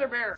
Brother Bear。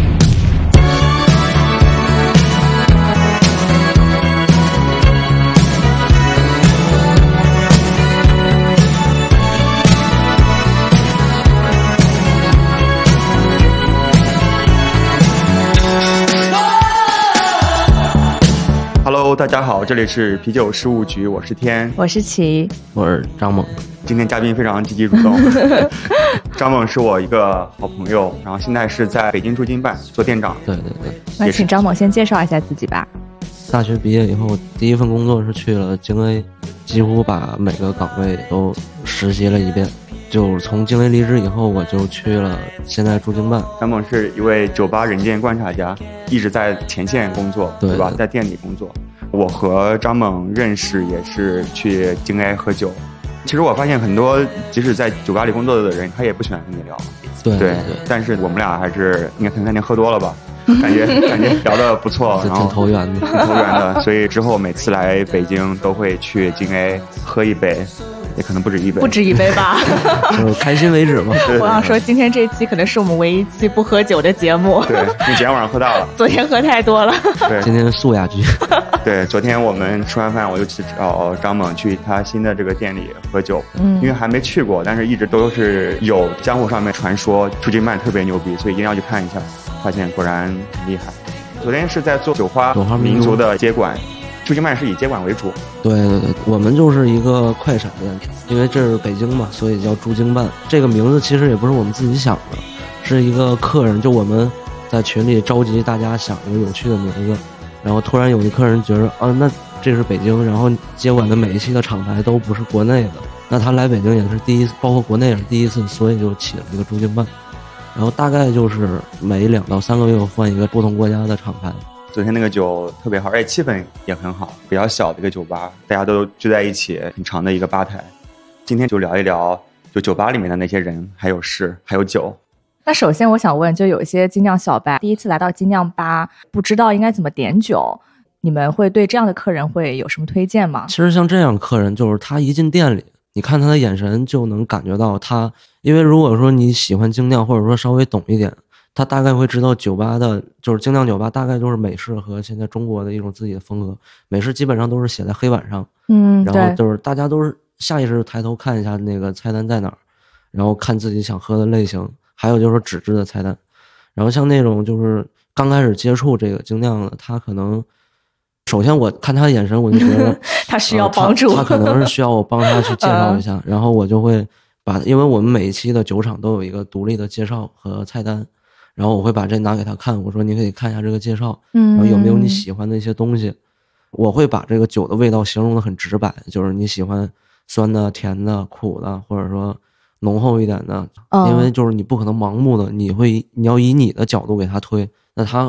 Hello， 大家好，这里是啤酒事务局，我是天， 我是齐， 我是张猛。 今天嘉宾非常积极主动。张猛是我一个好朋友，然后现在是在北京驻京办做店长。 对对对。 那请张猛先介绍一下自己吧。 大学毕业以后，第一份工作是去了京 A， 几乎把每个岗位都实习了一遍。就从京 A 离职以后，我就去了现在驻京办。 张猛是一位酒吧人件观察家，一直在前线工作，对吧？在店里工作。我和张猛认识也是去京 A 喝酒。其实我发现很多即使在酒吧里工作的人，他也不喜欢跟你聊。对，但是我们俩还是应该可能那天喝多了吧，感觉聊得不错，然后挺投缘的，所以之后每次来北京都会去京 A 喝一杯。也可能不止一杯吧。 就开心为止嘛。 我想说，今天这期可能是我们唯一一期不喝酒的节目。 对，你今天晚上喝大了， 昨天喝太多了。 对， 今天素雅居。 对，昨天我们吃完饭，我就去找张猛去他新的这个店里喝酒。因为还没去过，但是一直都是有江湖上面传说驻京办特别牛逼，所以一定要去看一下。发现果然很厉害。昨天是在做酒花民族的接管。驻京办是以接管为主。 对，我们就是一个快闪店，因为这是北京嘛，所以叫驻京办。这个名字其实也不是我们自己想的，是一个客人，就我们在群里召集大家想一个有趣的名字，然后突然有一客人觉得那这是北京，然后接管的每一期的厂牌都不是国内的，那他来北京也是第一次，包括国内也是第一次，所以就起了这个驻京办。然后大概就是每2到3个月换一个不同国家的厂牌。 昨天那个酒特别好，而且气氛也很好，比较小的一个酒吧，大家都聚在一起，很长的一个吧台。今天就聊一聊就酒吧里面的那些人，还有事，还有酒。 那首先我想问，就有一些精酿小白第一次来到精酿吧，不知道应该怎么点酒，你们会对这样的客人会有什么推荐吗？ 其实像这样客人，就是他一进店里，你看他的眼神就能感觉到他，因为如果说你喜欢精酿，或者说稍微懂一点，他大概会知道酒吧的就是精酿酒吧大概就是美式和现在中国的一种自己的风格。美式基本上都是写在黑板上，然后就是大家都是下意识抬头看一下那个菜单在哪儿，然后看自己想喝的类型，还有就是纸质的菜单。然后像那种就是刚开始接触这个精酿的，他可能首先我看他的眼神我就觉得他需要帮助， 他可能是需要我帮他去介绍一下，然后我就会因为我们每一期的酒厂都有一个独立的介绍和菜单，然后我会把这拿给他看，我说你可以看一下这个介绍，然后有没有你喜欢的一些东西。我会把这个酒的味道形容得很直白，就是你喜欢酸的、甜的、苦的，或者说浓厚一点的，因为就是你不可能盲目的，你要以你的角度给他推，那他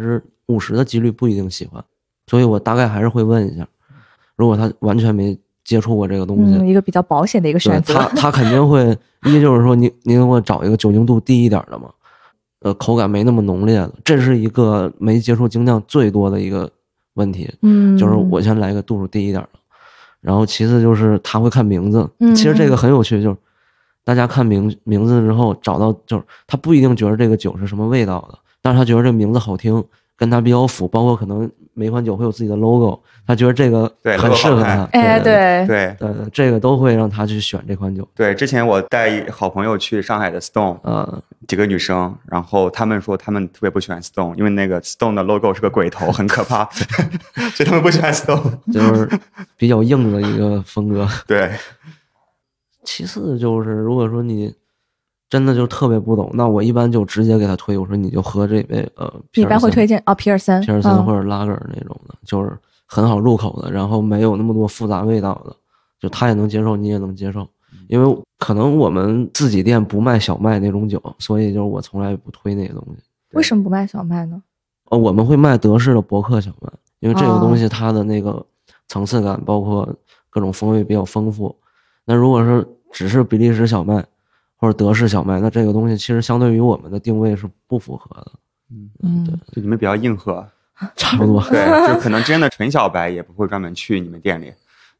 50%的几率不一定喜欢，所以我大概还是会问一下，如果他完全没接触过这个东西， 一个比较保险的一个选择， 他肯定会一就是说你给我找一个酒精度低一点的嘛，口感没那么浓烈的，这是一个没接触精酿最多的一个问题。就是我先来个度数低一点的，然后其次就是他会看名字，其实这个很有趣，就是大家看名字之后找到，就是他不一定觉得这个酒是什么味道的，但是他觉得这名字好听，跟他比较符，包括可能每款酒会有自己的 logo， 他觉得这个很适合他。 对， 这个都会让他去选这款酒。 对，之前我带好朋友去上海的 Stone，几个女生，然后他们说他们特别不喜欢 Stone， 因为那个 Stone 的 logo 是个鬼头，很可怕，所以他们不喜欢 Stone， 就是比较硬的一个风格。 对。 其次就是如果说你真的就特别不懂，那我一般就直接给他推，我说你就喝这杯一般会推荐皮尔森或者拉格尔那种的，就是很好入口的，然后没有那么多复杂味道的，就他也能接受，你也能接受。因为可能我们自己店不卖小麦那种酒，所以就是我从来不推那个东西。 为什么不卖小麦呢？ 我们会卖德式的伯克小麦，因为这个东西它的那个层次感包括各种风味比较丰富。那如果是只是比利时小麦或者德式小麦，那这个东西其实相对于我们的定位是不符合的。 对，就你们比较硬核， 差不多。 对，就可能真的纯小白也不会专门去你们店里。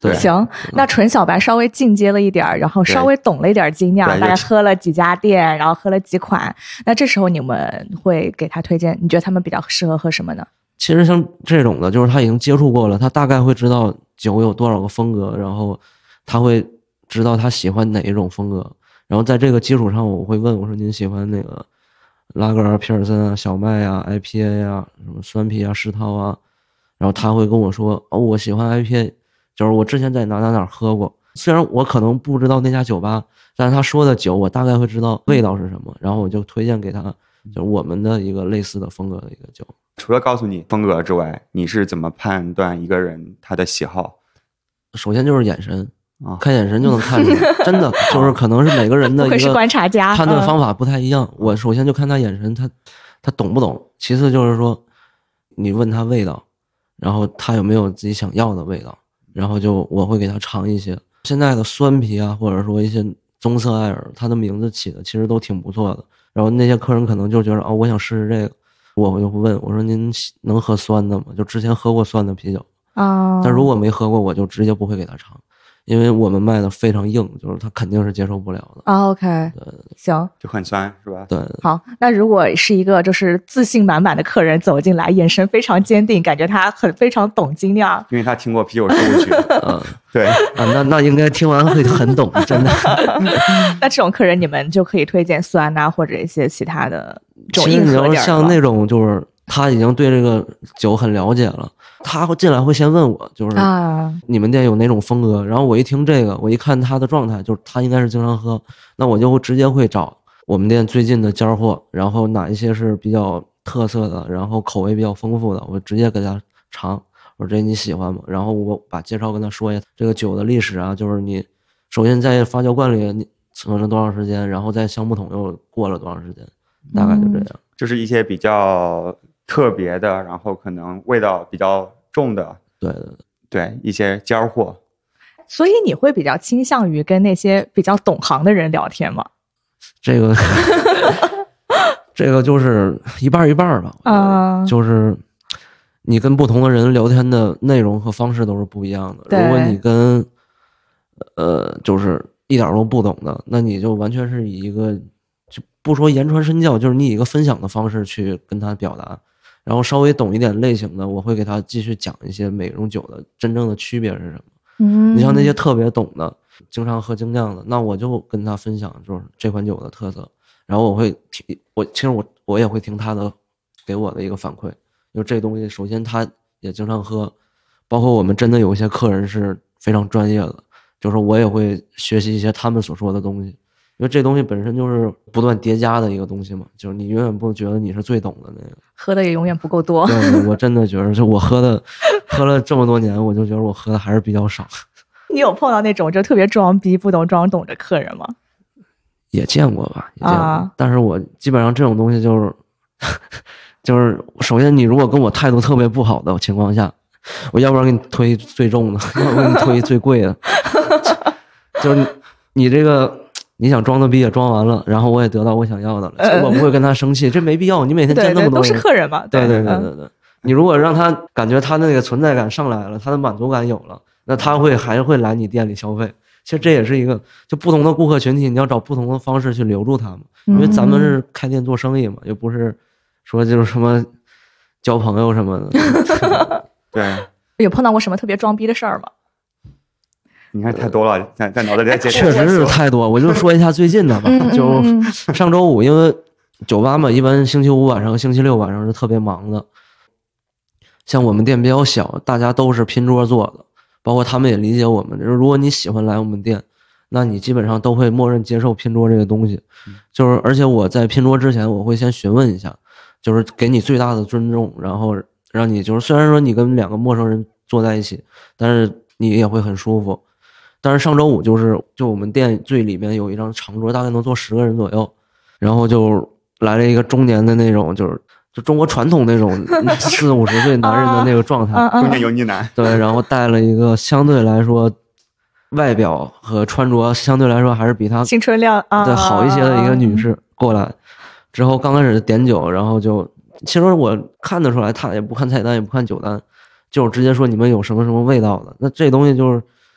对， 行，那纯小白稍微进阶了一点，然后稍微懂了一点精酿，大概喝了几家店，然后喝了几款，那这时候你们会给他推荐，你觉得他们比较适合喝什么呢？ 其实像这种的，就是他已经接触过了，他大概会知道酒有多少个风格，然后他会知道他喜欢哪一种风格，然后在这个基础上，我会问我说您喜欢那个拉格啊、皮尔森啊、小麦啊、IPA 啊、什么酸啤啊、世涛啊，然后他会跟我说哦，我喜欢 IPA， 就是我之前在哪喝过，虽然我可能不知道那家酒吧，但是他说的酒我大概会知道味道是什么，然后我就推荐给他，就是我们的一个类似的风格的一个酒。 除了告诉你风格之外，你是怎么判断一个人他的喜好？ 首先就是眼神啊，看眼神就能看出来，真的就是可能是每个人的一个观察家判断方法不太一样。我首先就看他眼神，他懂不懂？其次就是说，你问他味道，然后他有没有自己想要的味道，然后我会给他尝一些。现在的酸啤啊，或者说一些棕色艾尔，它的名字起的其实都挺不错的。然后那些客人可能就觉得我想试试这个。我就会问我说您能喝酸的吗？就之前喝过酸的啤酒啊，但如果没喝过，我就直接不会给他尝，因为我们卖的非常硬，就是他肯定是接受不了的啊。OK， 行， 就很酸是吧？ 对。 好，那如果是一个就是自信满满的客人走进来，眼神非常坚定，感觉他非常懂精酿， 因为他听过啤酒事务局。对啊，那应该听完会很懂，真的。 那这种客人你们就可以推荐酸啊，或者一些其他的这种硬核点。 像那种就是他已经对这个酒很了解了，他进来会先问我，就是你们店有哪种风格，然后我一听这个，我一看他的状态，就是他应该是经常喝，那我就直接会找我们店最近的尖货，然后哪一些是比较特色的，然后口味比较丰富的，我直接给他尝。我说这你喜欢吗？然后我把介绍跟他说一下这个酒的历史啊，就是你首先在发酵罐里你存了多长时间，然后在橡木桶又过了多长时间，大概就这样。 就是一些比较特别的，然后可能味道比较重的，对一些尖货。 所以你会比较倾向于跟那些比较懂行的人聊天吗？ 这个这个就是一半一半吧，就是你跟不同的人聊天的内容和方式都是不一样的。如果你跟就是一点都不懂的，那你就完全是以一个就不说言传身教，就是你以一个分享的方式去跟他表达。然后稍微懂一点类型的，我会给他继续讲一些每种酒的真正的区别是什么。你像那些特别懂的，经常喝精酿的，那我就跟他分享就是这款酒的特色。然后我会听，其实我也会听他的给我的一个反馈。因为这东西首先他也经常喝，包括我们真的有一些客人是非常专业的，就是我也会学习一些他们所说的东西，因为这东西本身就是不断叠加的一个东西嘛，就是你永远不觉得你是最懂的那个， 喝的也永远不够多。 对，我真的觉得就我喝了这么多年，我就觉得我喝的还是比较少。 你有碰到那种就特别装逼不懂装懂的客人吗？ 也见过吧，也见过，但是我基本上这种东西就是首先你如果跟我态度特别不好的情况下，我要不然给你推最重的，要不然给你推最贵的。就是你这个你想装的逼也装完了，然后我也得到我想要的了，我不会跟他生气，这没必要，你每天见那么多人， 都是客人嘛。 对。你如果让他感觉他那个存在感上来了，他的满足感有了，那他还会来你店里消费。其实这也是一个就不同的顾客群体，你要找不同的方式去留住他们，因为咱们是开店做生意嘛，又不是说就是什么交朋友什么的。 对， 有碰到过什么特别装逼的事儿吗？ 你看太多了，在脑袋里确实是太多。我就说一下最近的吧，就上周五，因为酒吧嘛，一般星期五晚上、星期六晚上是特别忙的。像我们店比较小，大家都是拼桌做的，包括他们也理解我们。如果你喜欢来我们店，那你基本上都会默认接受拼桌这个东西。就是而且我在拼桌之前，我会先询问一下，就是给你最大的尊重，然后让你就是虽然说你跟两个陌生人坐在一起，但是你也会很舒服。但是上周五就我们店最里面有一张长桌，大概能坐10个人左右，然后就来了一个中年的那种，就中国传统那种40-50岁男人的那个状态， 中年油腻男。 对，然后带了一个相对来说外表和穿着相对来说还是比他青春亮对好一些的一个女士过来，之后刚开始点酒，然后就其实我看得出来，他也不看菜单，也不看酒单，就是直接说你们有什么什么味道的。那这东西就是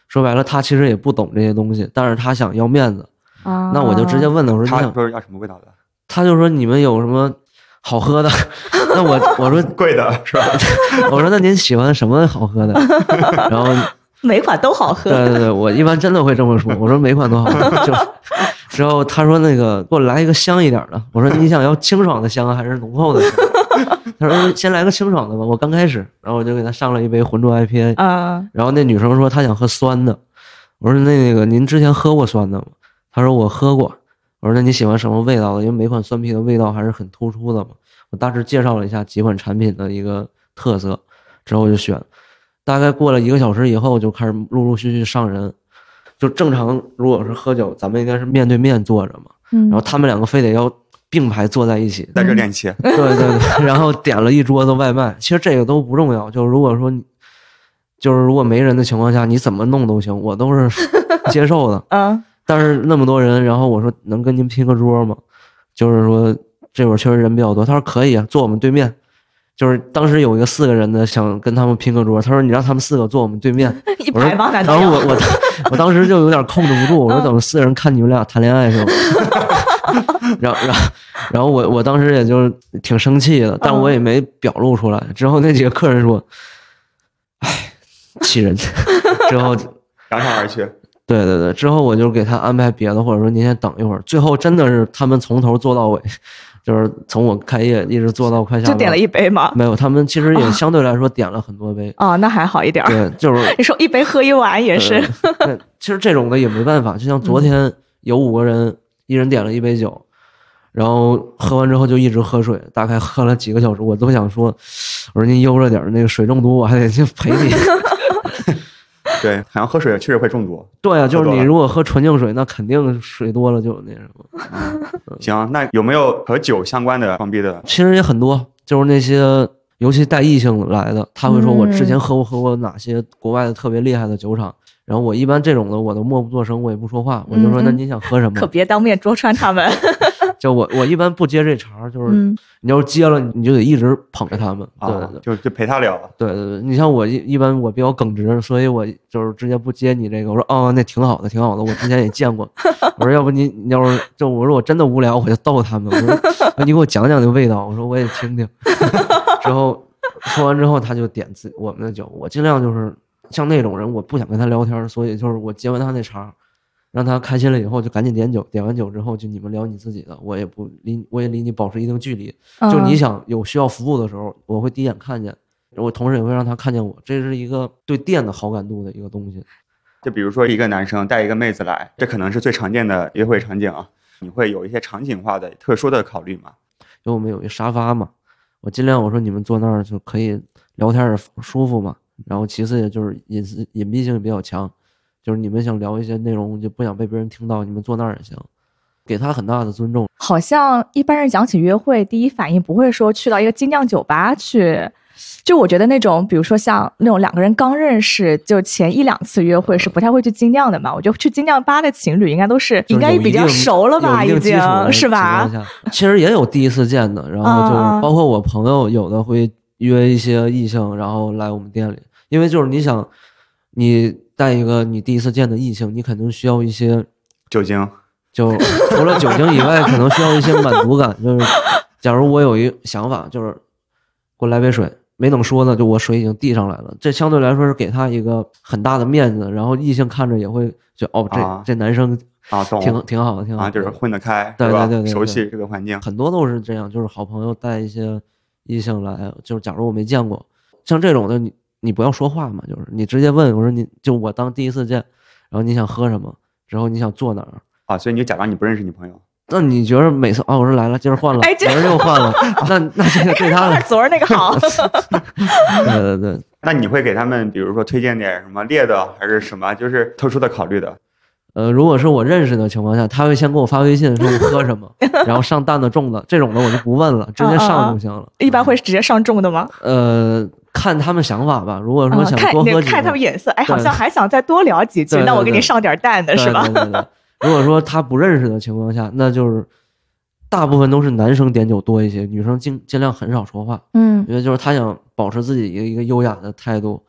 说白了他其实也不懂这些东西，但是他想要面子啊。那我就直接问他，我说他说要什么味道的？ 他就说你们有什么好喝的？那我说贵的是吧？ 我说那您喜欢什么好喝的？然后每款都好喝。 对对对，我一般真的会这么说。我说每款都好喝。就之后他说那个给我来一个香一点的。我说你想要清爽的香还是浓厚的香？他说先来个清爽的吧，我刚开始。然后我就给他上了一杯浑浊 IPA。然后那女生说她想喝酸的。我说那个您之前喝过酸的吗？他说我喝过。我说那你喜欢什么味道的？因为每款酸啤的味道还是很突出的嘛。我大致介绍了一下几款产品的一个特色，之后就选。大概过了1个小时以后，就开始陆陆续续上人。就正常如果是喝酒，咱们应该是面对面坐着嘛。然后他们两个非得要并排坐在一起， 在热恋期。 对对对，然后点了一桌子外卖。其实这个都不重要，就是如果说就是如果没人的情况下，你怎么弄都行，我都是接受的。但是那么多人，然后我说能跟您拼个桌吗？就是说这会儿确实人比较多。他说可以啊，坐我们对面。就是当时有一个4个人的想跟他们拼个桌，他说你让他们4个坐我们对面。 100吧， 然后我当时就有点控制不住，我说怎么4个人看你们俩谈恋爱是吧？然后我当时也就挺生气的，但我也没表露出来。之后那几个客人说：“哎，气人。”之后扬长而去。 对对对，之后我就给他安排别的，或者说您先等一会儿。最后真的是他们从头做到尾。就是从我开业一直做到快下班， 就点了1杯吗？ 没有，他们其实也相对来说点了很多杯。 那还好一点。 对，就是你说1杯喝1碗也是。 其实这种的也没办法，就像昨天有5个人，一人点了1杯酒，然后喝完之后就一直喝水，大概喝了几个小时，我都想说，我说您悠着点，那个水中毒我还得去赔你。 对，好像喝水确实会中毒。 对啊，就是你如果喝纯净水，那肯定水多了就有那什么。 行，那有没有和酒相关的装逼的？ 其实也很多，就是那些尤其带异性来的，他会说我之前喝过哪些国外的特别厉害的酒厂，然后我一般这种的我都默不作声，我也不说话，我就说那你想喝什么？ 可别当面戳穿他们。 就我一般不接这茬，就是你要是接了，你就得一直捧着他们，对对对， 就陪他聊。 对对对，你像我一般我比较耿直，所以我就是直接不接你这个。我说那挺好的，挺好的，我之前也见过。我说要不你要是就我说我真的无聊，我就逗他们。我说你给我讲讲这个味道，我说我也听听。之后说完之后，他就点我们的酒，我尽量就是像那种人，我不想跟他聊天，所以就是我接完他那茬。让他开心了以后就赶紧点酒，点完酒之后就你们聊你自己的，我也离你保持一定距离。就你想有需要服务的时候，我会第一眼看见，我同时也会让他看见我，这是一个对店的好感度的一个东西。 就比如说一个男生带一个妹子来，这可能是最常见的约会场景啊，你会有一些场景化的特殊的考虑吗？ 因为我们有一沙发嘛，我尽量我说你们坐那儿就可以聊天舒服嘛，然后其次也就是隐蔽性也比较强。就是你们想聊一些内容就不想被别人听到，你们坐那儿也行，给他很大的尊重。 好像一般人讲起约会，第一反应不会说去到一个精酿酒吧去，就我觉得那种比如说像那种2个人刚认识就前1-2次约会是不太会去精酿的嘛。我觉得去精酿吧的情侣应该都是应该比较熟了吧，已经是吧？ 其实也有第一次见的，然后就是包括我朋友有的会约一些异性然后来我们店里，因为就是你想你带一个你第一次见的异性，你肯定需要一些酒精， 就除了酒精以外可能需要一些满足感。就是假如我有一个想法，就是给我来杯水，没等说呢就我水已经递上来了，这相对来说是给他一个很大的面子，然后异性看着也会觉得这男生挺好的挺好的， 就是混得开， 对对对对， 熟悉这个环境。 很多都是这样，就是好朋友带一些异性来，就是假如我没见过像这种的你不要说话嘛，就是你直接问我说我当第一次见，然后你想喝什么，然后你想坐哪儿啊？所以你就假装你不认识你朋友。 那你觉得每次我说来了，今儿换了，明儿又换了，那这个对他了， 昨儿那个好。 对对对。 那你会给他们比如说推荐点什么烈的还是什么就是特殊的考虑的？ 如果是我认识的情况下，他会先给我发微信说我喝什么，然后上淡的重的，这种的我就不问了，直接上就行了。 一般会直接上重的吗？ 看他们想法吧。如果说想多喝几看他们眼色，好像还想再多聊几句，那我给你上点淡的是吧？ 对对对。如果说他不认识的情况下，那就是大部分都是男生点酒多一些，女生尽量很少说话。因为就是他想保持自己一个优雅的态度，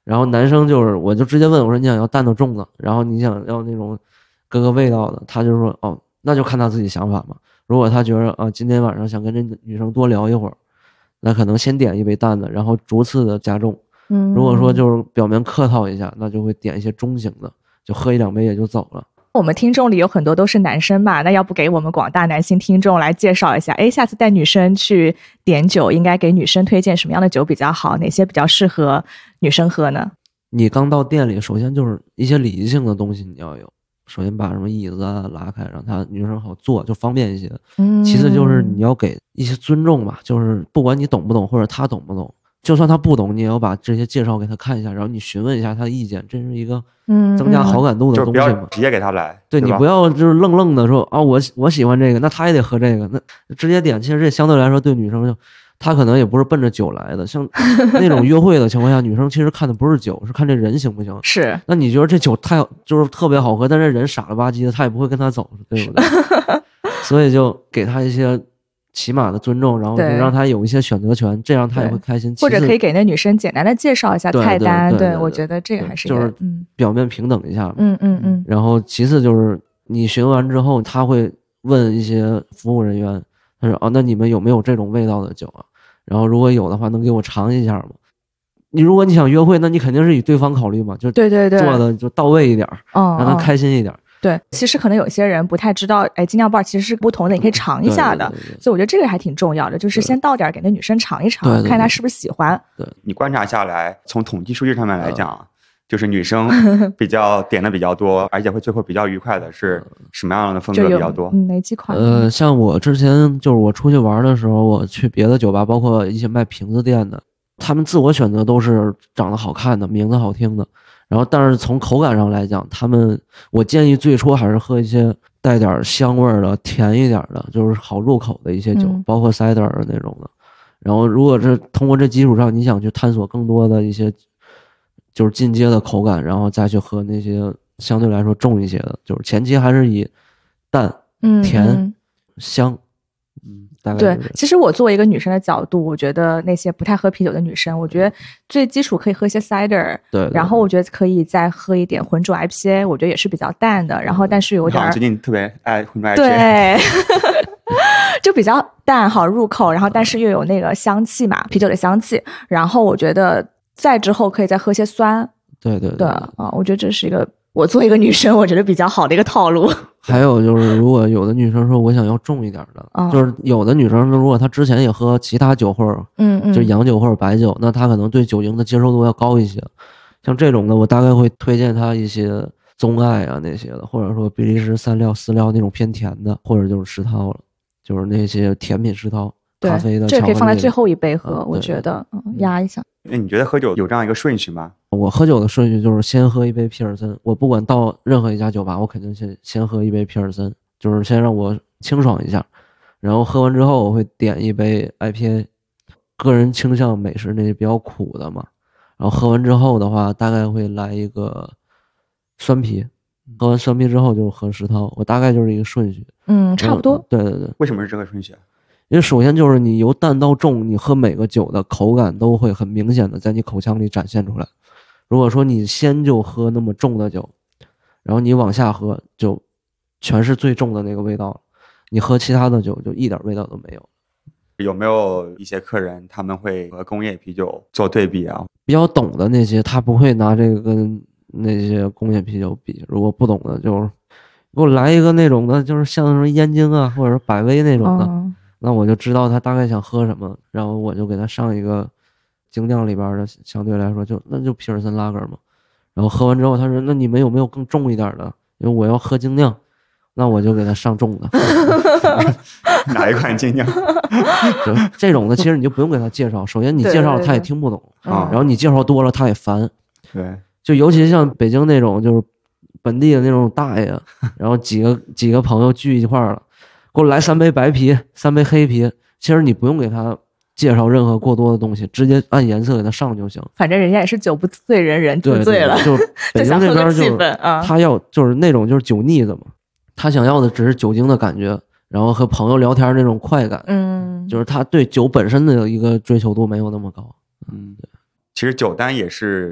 然后男生就是我就直接问我说你想要淡的重的，然后你想要那种各个味道的，他就说哦那就看他自己想法嘛。如果他觉得今天晚上想跟这女生多聊一会儿，那可能先点一杯淡的，然后逐次的加重。如果说就是表面客套一下，那就会点一些中型的，就喝1-2杯也就走了。 我们听众里有很多都是男生嘛，那要不给我们广大男性听众来介绍一下，下次带女生去点酒应该给女生推荐什么样的酒比较好，哪些比较适合女生喝呢？ 你刚到店里，首先就是一些礼仪性的东西你要有，首先把什么椅子拉开，让她女生好坐，就方便一些。其次就是你要给一些尊重吧，就是不管你懂不懂或者她懂不懂，就算她不懂，你也要把这些介绍给她看一下，然后你询问一下她的意见，这是一个增加好感度的东西嘛。 就不要直接给她来， 对，你不要就是愣的说我喜欢这个，那她也得喝这个，那直接点，其实这相对来说对女生就。她可能也不是奔着酒来的，像那种约会的情况下，女生其实看的不是酒，是看这人行不行。 是。 那你觉得这酒就是特别好喝，但这人傻了吧唧的，她也不会跟他走，对不对？所以就给她一些起码的尊重，然后就让她有一些选择权，这样她也会开心。 或者可以给那女生简单的介绍一下菜单， 对， 我觉得这个还是就是表面平等一下嘛。然后其次就是你询完之后，他会问一些服务人员，他说那你们有没有这种味道的酒啊？然后如果有的话能给我尝一下吗？如果你想约会，那你肯定是以对方考虑嘛，就对做的就到位一点，让他开心一点。 对，其实可能有些人不太知道，精酿bar其实是不同的，你可以尝一下的。所以我觉得这个还挺重要的，就是先倒点给那女生尝一尝，看她是不是喜欢。 对， 你观察下来，从统计数据上面来讲，就是女生点的比较多，而且会最后比较愉快的是什么样的风格比较多？ 哪几款？ 像我之前就是我出去玩的时候，我去别的酒吧，包括一些卖瓶子店的，他们自我选择都是长得好看的，名字好听的。然后，但是从口感上来讲，我建议最初还是喝一些带点香味的、甜一点的，就是好入口的一些酒，包括 cider 那种的。然后，如果是通过这基础上，你想去探索更多的一些就是进阶的口感，然后再去喝那些相对来说重一些的，就是前期还是以淡、甜、香。大概对，其实我作为一个女生的角度，我觉得那些不太喝啤酒的女生，我觉得最基础可以喝一些 cider， 对， 然后我觉得可以再喝一点浑浊 IPA， 我觉得也是比较淡的，然后但是有点最近特别爱浑浊 IPA， 对，就比较淡好入口，然后但是又有那个香气嘛，啤酒的香气，然后我觉得再之后可以再喝些酸， 对我觉得这是一个我作为一个女生我觉得比较好的一个套路。 还有就是，如果有的女生说我想要重一点的，就是有的女生如果她之前也喝其他酒或者就是洋酒或者白酒，那她可能对酒精的接受度要高一些。像这种的，我大概会推荐她一些棕艾啊那些的，或者说比利时3料4料那种偏甜的，或者就是石涛了，就是那些甜品石涛、咖啡的。 这个可以放在最后一杯喝，我觉得压一下。 那你觉得喝酒有这样一个顺序吗？ 我喝酒的顺序就是先喝一杯皮尔森，我不管到任何一家酒吧，我肯定先喝一杯皮尔森，就是先让我清爽一下，然后喝完之后我会点一杯 IPA， 个人倾向美式那些比较苦的嘛，然后喝完之后的话大概会来一个酸啤，喝完酸啤之后就喝石涛，我大概就是一个顺序。 差不多。 对， 为什么是这个顺序？ 因为首先就是你由淡到重，你喝每个酒的口感都会很明显的在你口腔里展现出来。如果说你先就喝那么重的酒，然后你往下喝就全是最重的那个味道了，你喝其他的酒就一点味道都没有。 有没有一些客人他们会和工业啤酒做对比啊？ 比较懂的那些他不会拿这个跟那些工业啤酒比，如果不懂的就给我来一个那种的，就是像什么燕京啊或者是百威那种的，那我就知道他大概想喝什么，然后我就给他上一个精酿里边的，相对来说那就皮尔森拉格嘛。然后喝完之后他说那你们有没有更重一点的，因为我要喝精酿，那我就给他上重的。 哪一款精酿？ 就这种的其实你就不用给他介绍，首先你介绍了他也听不懂，然后你介绍多了他也烦。 对， 就尤其像北京那种就是本地的那种大爷，然后几个朋友聚一块了，给我来3杯白啤3杯黑啤，其实你不用给他介绍任何过多的东西，直接按颜色给他上就行。 反正人家也是酒不醉人人自醉了。 对，就北京这边就是他要就是那种就是酒腻子嘛，他想要的只是酒精的感觉，然后和朋友聊天那种快感。就是他对酒本身的一个追求度没有那么高。 对。其实酒单也是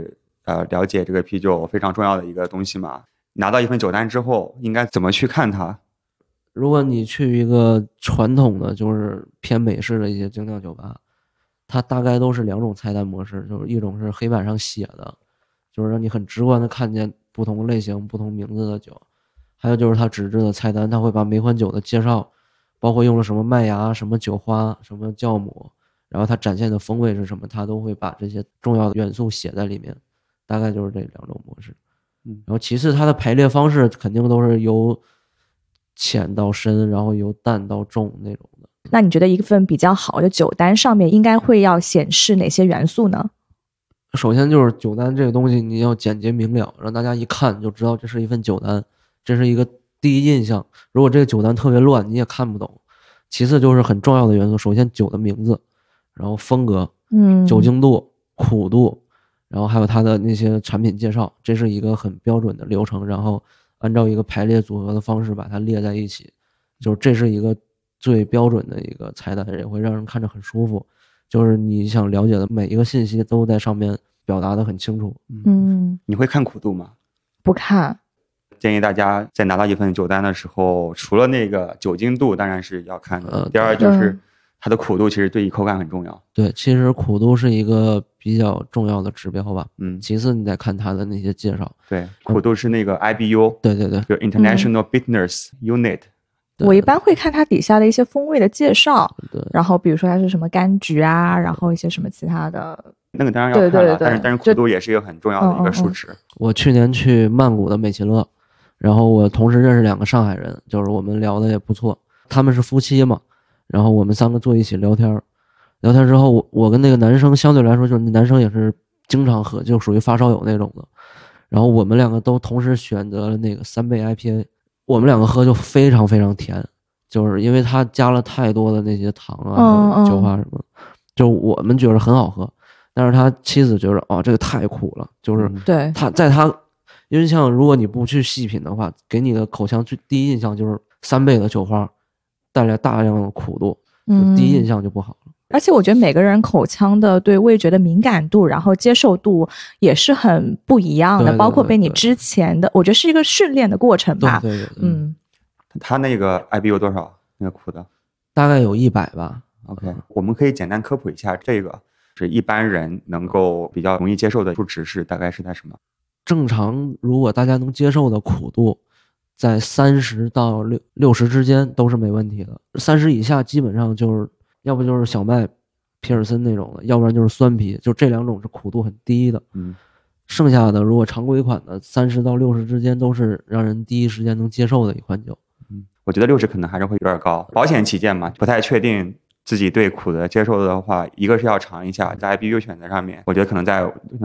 了解这个啤酒非常重要的一个东西嘛。拿到一份酒单之后，应该怎么去看它？ 如果你去一个传统的就是偏美式的一些精酿酒吧，它大概都是2种菜单模式，就是一种是黑板上写的，就是让你很直观的看见不同类型不同名字的酒，还有就是它纸质的菜单，它会把每款酒的介绍，包括用了什么麦芽什么酒花什么酵母，然后它展现的风味是什么，它都会把这些重要的元素写在里面，大概就是这2种模式。然后其次它的排列方式肯定都是由浅到深，然后由淡到重那种的。 那你觉得一份比较好的酒单上面应该会要显示哪些元素呢？ 首先就是酒单这个东西你要简洁明了，让大家一看就知道这是一份酒单，这是一个第一印象。如果这个酒单特别乱你也看不懂。其次就是很重要的元素，首先酒的名字，然后风格，酒精度、苦度，然后还有它的那些产品介绍，这是一个很标准的流程，然后按照一个排列组合的方式把它列在一起，就是这是一个最标准的一个菜单，也会让人看着很舒服，就是你想了解的每一个信息都在上面表达得很清楚。 你会看苦度吗？ 不看。 建议大家在拿到一份酒单的时候，除了那个酒精度当然是要看的，第二就是它的苦度其实对于口感很重要。 对，其实苦度是一个比较重要的指标吧。其次你再看它的那些介绍。 对，苦度是那个 IBU。 对对对， 就 International Bitterness Unit。 我一般会看它底下的一些风味的介绍，对，然后比如说它是什么柑橘啊，然后一些什么其他的。 那个当然要看了，但是苦度也是一个很重要的一个数值。 我去年去曼谷的美其乐，然后我同时认识2个上海人，就是我们聊的也不错，他们是夫妻嘛，然后我们3个坐一起聊天之后，我跟那个男生相对来说，就是男生也是经常喝，就属于发烧友那种的，然后我们2个都同时选择了那个3倍 IPA， 我们2个喝就非常非常甜，就是因为它加了太多的那些糖啊、酒花什么，就我们觉得很好喝，但是他妻子觉得这个太苦了，就是对他在他。因为像如果你不去细品的话，给你的口腔最第一印象就是3倍的酒花带来大量的苦度，第一印象就不好了。 而且我觉得每个人口腔的对味觉的敏感度，然后接受度也是很不一样的， 对对对对， 包括被你之前的，我觉得是一个训练的过程吧。 对对对， 他那个 IBU 多少？那个苦的大概有100吧。 OK， 我们可以简单科普一下，这个是一般人能够比较容易接受的数值是大概是在什么？ 正常如果大家能接受的苦度在30到60之间都是没问题的，30以下基本上就是要不就是小麦皮尔森那种的，要不然就是酸啤，就这2种是苦度很低的。剩下的如果常规款的30到60之间都是让人第一时间能接受的一款酒。 我觉得60可能还是会有点高，保险起见嘛，不太确定自己对苦的接受的话，一个是要尝一下，在 IBU 选择上面，我觉得可能在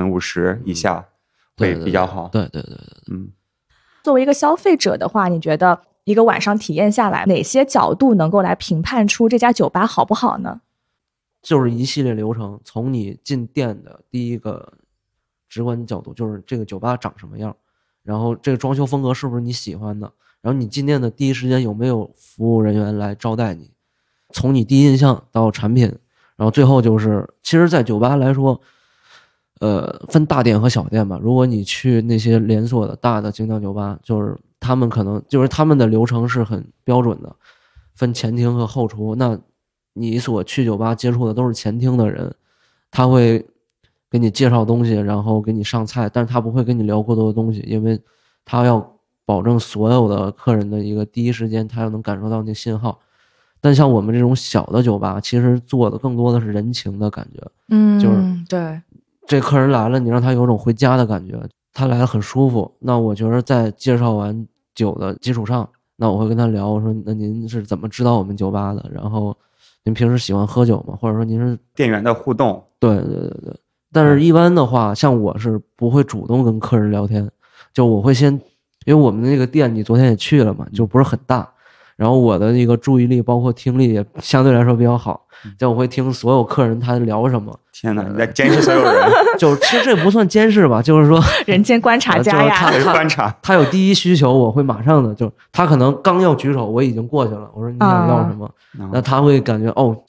50以下会比较好。 对。 作为一个消费者的话，你觉得一个晚上体验下来，哪些角度能够来评判出这家酒吧好不好呢？ 就是一系列流程，从你进店的第一个直观角度，就是这个酒吧长什么样，然后这个装修风格是不是你喜欢的，然后你进店的第一时间有没有服务人员来招待你，从你第一印象到产品，然后最后就是其实在酒吧来说分大店和小店吧。如果你去那些连锁的大的精酿酒吧，就是他们可能就是他们的流程是很标准的，分前厅和后厨。那你所去酒吧接触的都是前厅的人，他会给你介绍东西，然后给你上菜，但是他不会跟你聊过多的东西，因为他要保证所有的客人的一个第一时间他要能感受到那信号。但像我们这种小的酒吧，其实做的更多的是人情的感觉，就是对， 这客人来了，你让他有种回家的感觉，他来了很舒服。那我觉得在介绍完酒的基础上，那我会跟他聊，我说那您是怎么知道我们酒吧的？然后您平时喜欢喝酒吗？或者说您是店员的互动？ 对。但是一般的话，像我是不会主动跟客人聊天，就我会先，因为我们那个店你昨天也去了嘛，就不是很大。然后我的那个注意力包括听力也相对来说比较好，就我会听所有客人他聊什么。 天哪，你在监视所有人？ 就其实这不算监视吧，就是说人间观察家呀。 观察他有第一需求，我会马上的，就他可能刚要举手，我已经过去了。我说你想要什么？那他会感觉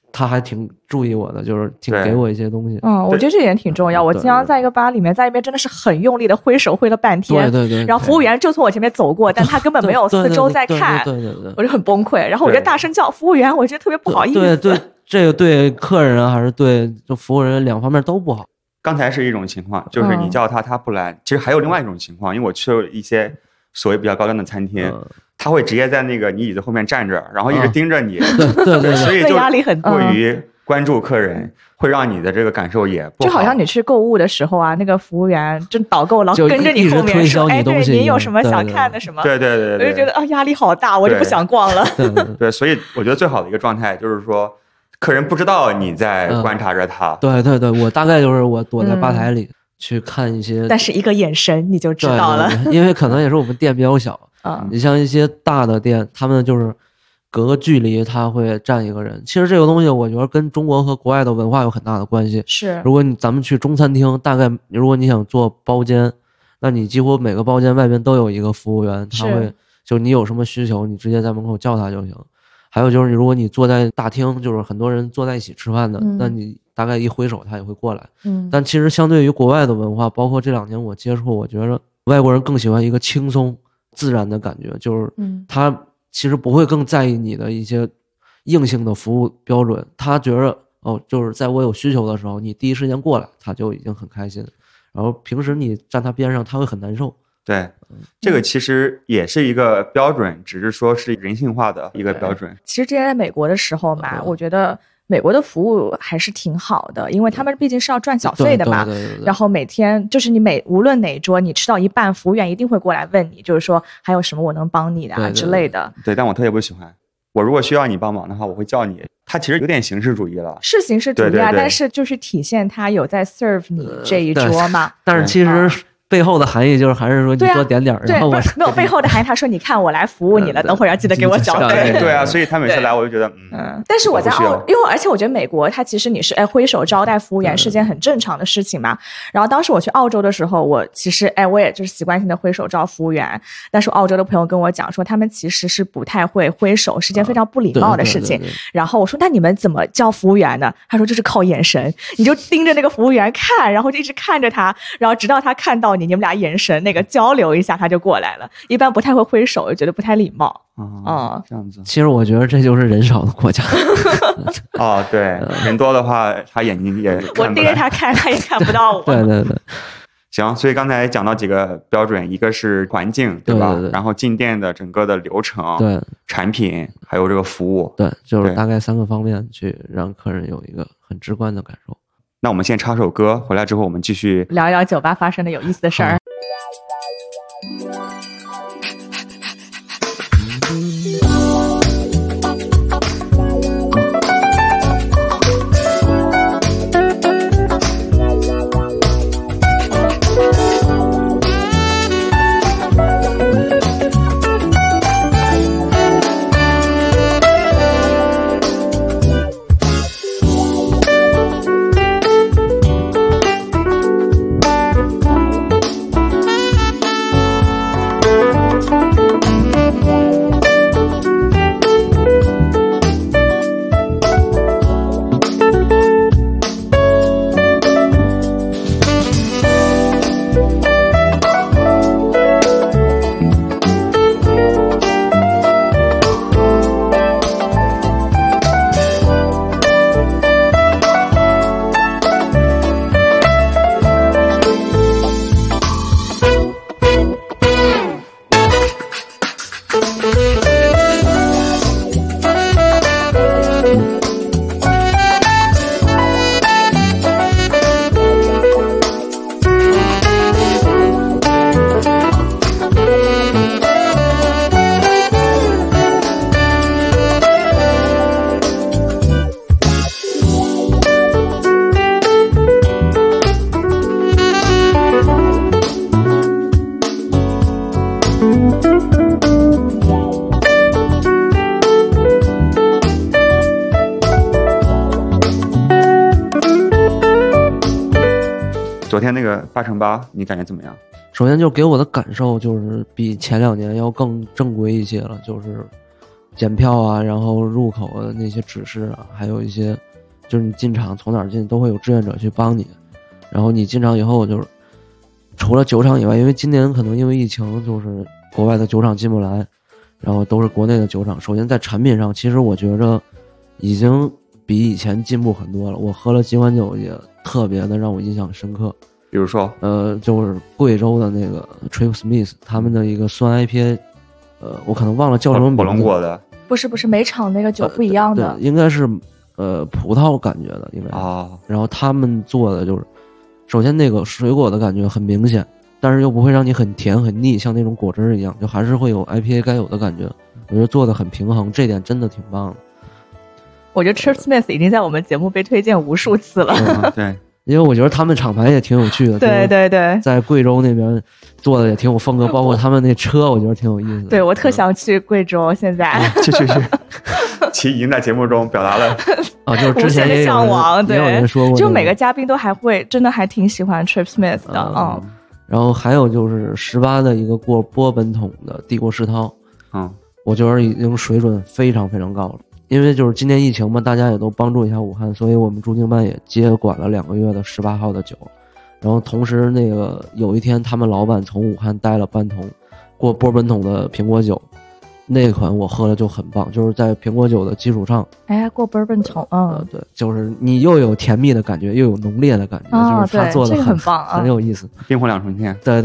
他还挺注意我的，就是挺给我一些东西。 我觉得这点挺重要。我经常在一个吧里面，在一边真的是很用力的挥手挥了半天， 对， 然后服务员就从我前面走过，但他根本没有四周在看， 对， 我就很崩溃。然后我就大声叫服务员，我觉得特别不好意思。 对，这个对客人还是对就服务人两方面都不好。 刚才是一种情况，就是你叫他不来。其实还有另外一种情况，因为我去了一些所谓比较高端的餐厅。他会直接在那个你椅子后面站着，然后一直盯着你， 对， 所以就压力很大， 过于关注客人，会让你的这个感受也不好。 就好像你去购物的时候啊，那个服务员真导购老跟着你后面说，哎，对，你有什么想看的什么？ 对， 我就觉得压力好大，我就不想逛了。 对，所以我觉得最好的一个状态就是说，客人不知道你在观察着他。 对，我大概就是我躲在吧台里去看一些， 但是一个眼神你就知道了， 因为可能也是我们店比较小。你像一些大的店，他们就是隔个距离他会站一个人。其实这个东西我觉得跟中国和国外的文化有很大的关系。 是， 如果咱们去中餐厅，大概如果你想做包间，那你几乎每个包间外边都有一个服务员，他会就你有什么需求，你直接在门口叫他就行。还有就是如果你坐在大厅，就是很多人坐在一起吃饭的，那你大概一挥手他也会过来。但其实相对于国外的文化，包括这2年我接触，我觉得外国人更喜欢一个轻松自然的感觉，就是他其实不会更在意你的一些硬性的服务标准，他觉得就是在我有需求的时候，你第一时间过来，他就已经很开心。然后平时你站他边上，他会很难受。 对，这个其实也是一个标准，只是说是人性化的一个标准。 其实之前在美国的时候嘛，我觉得美国的服务还是挺好的，因为他们毕竟是要赚小费的嘛。 对。 然后每天就是你无论哪桌你吃到一半，服务员一定会过来问你，就是说还有什么我能帮你的啊之类的。 对，但我特别不喜欢。我如果需要你帮忙的话，我会叫你。他其实有点形式主义了， 是形式主义啊，但是就是体现他有在 serve 你这一桌嘛。 但是其实背后的含义就是还是说你多点点，然后没有背后的含义。他说你看我来服务你了，等会儿要记得给我缴费。 对啊，所以他每次来我就觉得但是我在因为而且我觉得美国它其实你是挥手招待服务员是件很正常的事情嘛。然后当时我去澳洲的时候，我其实我也就是习惯性的挥手招服务员，但是澳洲的朋友跟我讲说他们其实是不太会挥手，是件非常不礼貌的事情。然后我说那你们怎么叫服务员呢？他说就是靠眼神，你就盯着那个服务员看，然后就一直看着他，然后直到他看到你们俩眼神那个交流一下，他就过来了。一般不太会挥手，我觉得不太礼貌。 这样子。 其实我觉得这就是人少的国家。 对，人多的话，他眼睛也看不来。 我盯着他看，他也看不到我。 对。 行，所以刚才讲到几个标准，一个是环境，对吧？然后进店的整个的流程， 对， 产品，还有这个服务， 对，就是大概3个方面去让客人有一个很直观的感受。 那我们先插首歌，回来之后我们继续聊一聊酒吧发生的有意思的事儿。 昨天那个8×8你感觉怎么样？ 首先就给我的感受就是比前2年要更正规一些了，就是检票啊，然后入口的那些指示啊，还有一些就是你进场从哪儿进都会有志愿者去帮你。然后你进场以后，就是除了酒厂以外，因为今年可能因为疫情，就是国外的酒厂进不来，然后都是国内的酒厂。首先在产品上，其实我觉着已经比以前进步很多了。我喝了几款酒也特别的让我印象深刻。 比如说就是贵州的那个 Trip Smith 他们的一个酸 IPA，我可能忘了叫什么名字。 火龙果的？ 不是，每厂那个酒不一样的。 对，应该是葡萄感觉的，应该然后他们做的就是，首先那个水果的感觉很明显，但是又不会让你很甜很腻，像那种果汁一样，就还是会有 IPA 该有的感觉。我觉得做的很平衡，这点真的挺棒的。 我觉得 Trip Smith 已经在我们节目被推荐无数次了。 对。 因为我觉得他们厂牌也挺有趣的， 对， 在贵州那边做的也挺有风格，包括他们那车，我觉得挺有意思的。 对，我特想去贵州，现在去，其已经在节目中表达了就是之前也有人说过， 就每个嘉宾都还会真的还挺喜欢 Trip Smith 的然后还有就是18的一个过波本桶的帝国世涛，我觉得已经水准非常非常高了。因为就是今年疫情嘛，大家也都帮助一下武汉，所以我们驻京办也接管了2个月的18号的酒。然后同时那个有一天他们老板从武汉带了半桶过波本桶的苹果酒，那款我喝了就很棒，就是在苹果酒的基础上， 过波本桶， 对，就是你又有甜蜜的感觉，又有浓烈的感觉，就是他做的很棒， 很有意思。 冰火两重天， 对，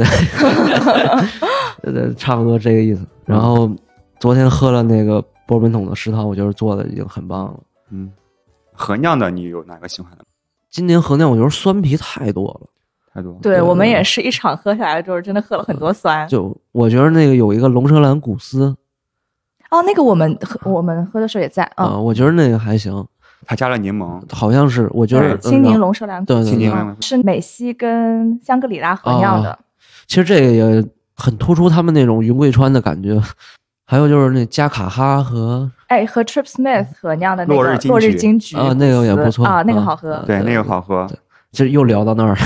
差不多这个意思。然后昨天喝了那个波本桶的世涛，我觉得做的已经很棒了。 合酿的你有哪个喜欢的？ 今年合酿我觉得酸皮太多了。 对，我们也是一场喝下来之后真的喝了很多酸。 就我觉得那个有一个龙舌兰古斯， 那个我们喝的时候也在我觉得那个还行， 他加了柠檬， 好像是我觉得青柠龙舌兰古斯， 青柠是美西跟香格里拉合酿的。 其实这个也很突出他们那种云贵川的感觉。还有就是那加卡哈和 Trip Smith 合酿的那个落日金桔那个也不错那个好喝。 对，那个好喝。 就又聊到那儿了。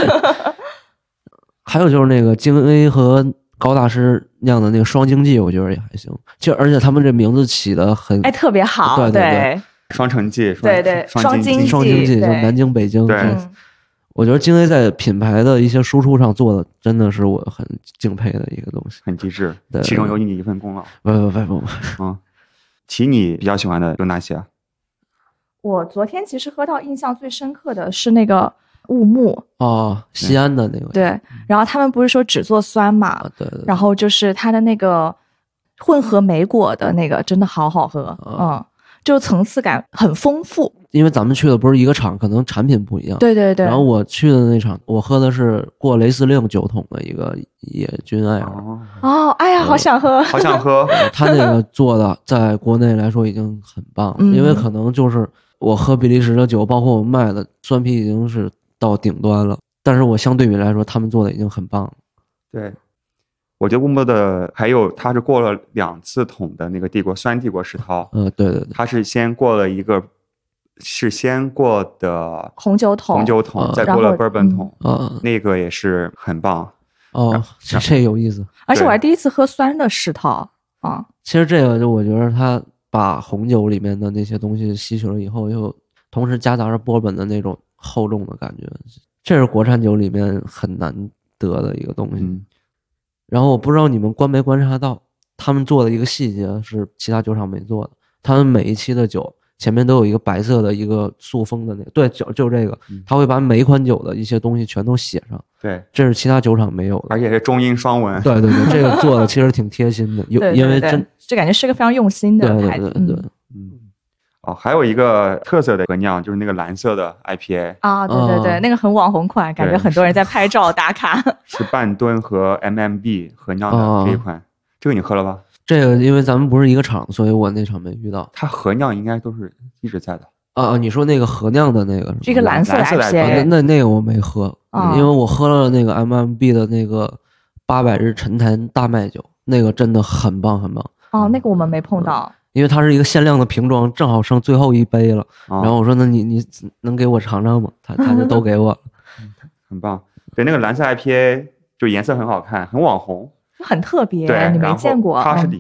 还有就是那个京 A 和高大师酿的那个双经济，我觉得也还行。就而且他们这名字起的很特别好。对， 双城记， 对，双经济， 就南京北京。 对， 我觉得京 A 在品牌的一些输出上做的真的是我很敬佩的一个东西， 很极致。其中有你一份功劳。 不。 其你比较喜欢的有哪些？ 我昨天其实喝到印象最深刻的是那个雾木西安的那个。 对，然后他们不是说只做酸嘛， 对， 然后就是它的那个混合莓果的那个真的好好喝，就层次感很丰富。 因为咱们去的不是一个厂，可能产品不一样。 对。 然后我去的那场，我喝的是过雷司令9桶的一个野菌艾尔。 哎呀，好想喝， 好想喝。 他那个做的在国内来说已经很棒了，因为可能就是我喝比利时的酒，包括我卖的酸啤已经是到顶端了，但是我相对比来说，他们做的已经很棒了。 对。我觉得乌木的还有他是过了2次桶的那个酸帝国世涛， 对， 他是先过了一个，是先过的红酒桶， 再过了 bourbon 桶，那个也是很棒。 这有意思。 而且我还第一次喝酸的世涛其实这个就我觉得他把红酒里面的那些东西吸取了以后，又同时夹杂着波本的那种厚重的感觉，这是国产酒里面很难得的一个东西。然后我不知道你们没观察到，他们做的一个细节是其他酒厂没做的。他们每一期的酒前面都有一个白色的一个塑封的那个，对，就这个，他会把每一款酒的一些东西全都写上。 对， 这是其他酒厂没有的， 而且是中英双文。 对，这个做的其实挺贴心的，因为这感觉是个非常用心的牌子。 对。 还有一个特色的合酿就是那个蓝色的 IPA 对，那个很网红款，感觉很多人在拍照打卡。 是半吨和 MMB 合酿的这一款，这个你喝了吧？ 这个因为咱们不是一个厂，所以我那场没遇到。 它合酿应该都是一直在的。 你说那个合酿的那个是吧？ 这个蓝色的 IPA， 那个我没喝，因为我喝了那个 MMB 的那个800日陈坛大麦酒，那个真的很棒很棒。 那个我们没碰到。 因为它是一个限量的瓶装，正好剩最后一杯了。然后我说：“那你能给我尝尝吗？”他就都给我了， 很棒。对，那个蓝色 IPA 就颜色很好看，很网红， 很特别， 对， 你没见过。 它是里面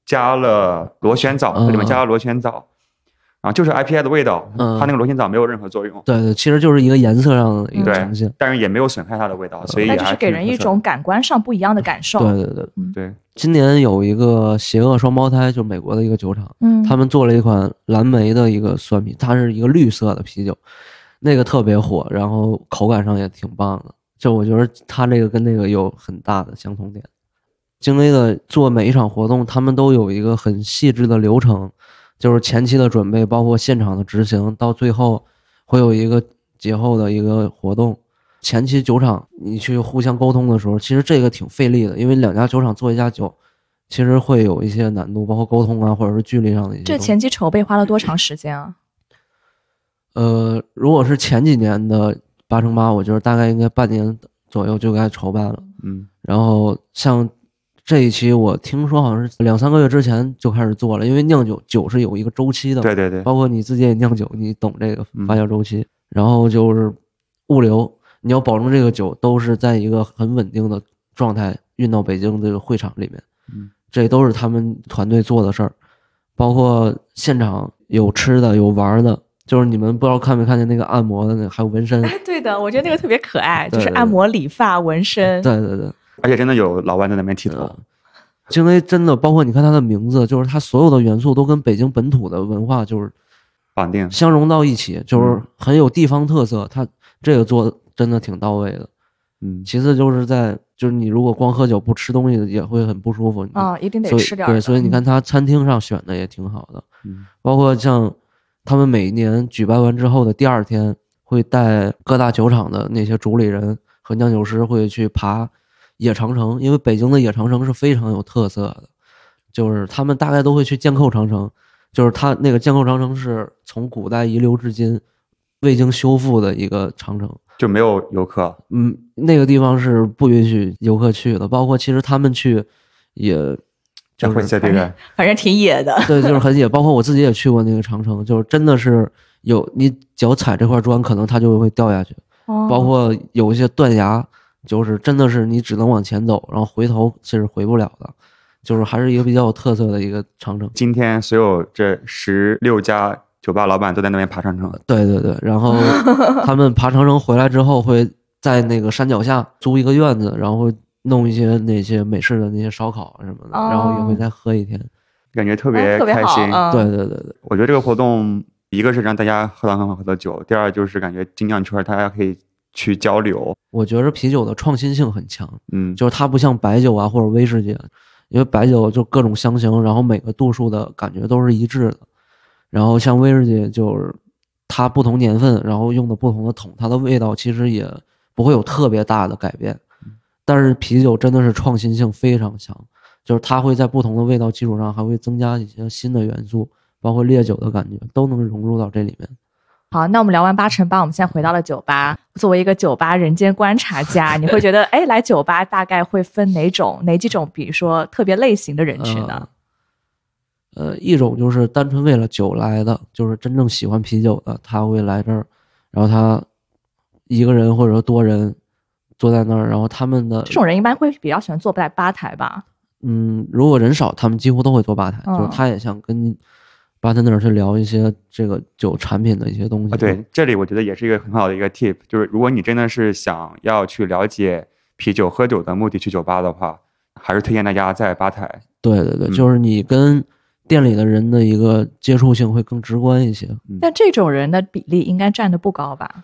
加了螺旋藻，里面加了螺旋藻。然后就是 IPA 的味道，它那个螺旋藻没有任何作用。 对对，其实就是一个颜色上的一个呈现， 但是也没有损害它的味道，所以那就是给人一种感官上不一样的感受。 对对对对。 今年有一个邪恶双胞胎，就是美国的一个酒厂，他们做了一款蓝莓的一个酸啤，它是一个绿色的啤酒，那个特别火，然后口感上也挺棒的。就我觉得它这个跟那个有很大的相同点。京 A 的做每一场活动，他们都有一个很细致的流程。就是前期的准备，包括现场的执行，到最后会有一个节后的一个活动。前期酒厂你去互相沟通的时候，其实这个挺费力的，因为2家酒厂做一家酒，其实会有一些难度，包括沟通啊，或者是距离上的一些。 这前期筹备花了多长时间啊？ 如果是前几年的8×8，我觉得大概应该半年左右就该筹办了。然后像这一期我听说好像是2-3个月之前就开始做了，因为酿酒是有一个周期的， 对对对， 包括你自己也酿酒，你懂这个发酵周期。然后就是物流，你要保证这个酒都是在一个很稳定的状态运到北京这个会场里面，这都是他们团队做的事儿。包括现场有吃的有玩的，就是你们不知道看没看见那个按摩的那个，还有纹身。 对的，我觉得那个特别可爱，就是按摩、理发、纹身。 对对对。 而且真的有老外在那边剃头。 京 A 真的，包括你看它的名字，就是它所有的元素都跟北京本土的文化就是绑定相融到一起，就是很有地方特色。它这个做真的挺到位的。其次就是你如果光喝酒不吃东西也会很不舒服一定得吃点。 对，所以你看它餐厅上选的也挺好的。包括像他们每年举办完之后的第2天，会带各大酒厂的那些主理人和酿酒师会去爬野长城，因为北京的野长城是非常有特色的，就是他们大概都会去箭扣长城，就是它那个箭扣长城是从古代遗留至今未经修复的一个长城， 就没有游客。 那个地方是不允许游客去的，包括其实他们去也就是反正挺野的。 对，就是很野。包括我自己也去过那个长城，就是真的是有你脚踩这块砖，可能它就会掉下去。包括有一些断崖。就是真的是你只能往前走，然后回头是回不了的，就是还是一个比较有特色的一个长城。 今天所有这16家酒吧老板都在那边爬长城。 对对对，然后他们爬长城回来之后，会在那个山脚下租一个院子，然后弄一些那些美式的那些烧烤什么的，然后也会再喝一天， 感觉特别开心。 对对对对， 我觉得这个活动一个是让大家喝到很好喝的酒，第二就是感觉精酿圈大家可以去交流。 我觉得啤酒的创新性很强，就是它不像白酒啊或者威士忌，因为白酒就各种香型，然后每个度数的感觉都是一致的，然后像威士忌就是它不同年份，然后用的不同的桶，它的味道其实也不会有特别大的改变。但是啤酒真的是创新性非常强，就是它会在不同的味道基础上还会增加一些新的元素，包括烈酒的感觉都能融入到这里面。 好，那我们聊完8×8，我们现在回到了酒吧。作为一个酒吧人间观察家，你会觉得，来酒吧大概会分哪几种，比如说特别类型的人群呢？ 一种就是单纯为了酒来的，就是真正喜欢啤酒的，他会来这儿，然后他一个人或者说多人坐在那儿，然后他们的这种人一般会比较喜欢坐在吧台吧？ 如果人少，他们几乎都会坐吧台，就是他也想跟bartender去聊一些这个酒产品的一些东西。 对，这里我觉得也是一个很好的一个 tip， 就是如果你真的是想要去了解啤酒喝酒的目的去酒吧的话，还是推荐大家在吧台。 对对对，就是你跟店里的人的一个接触性会更直观一些。 但这种人的比例应该占的不高吧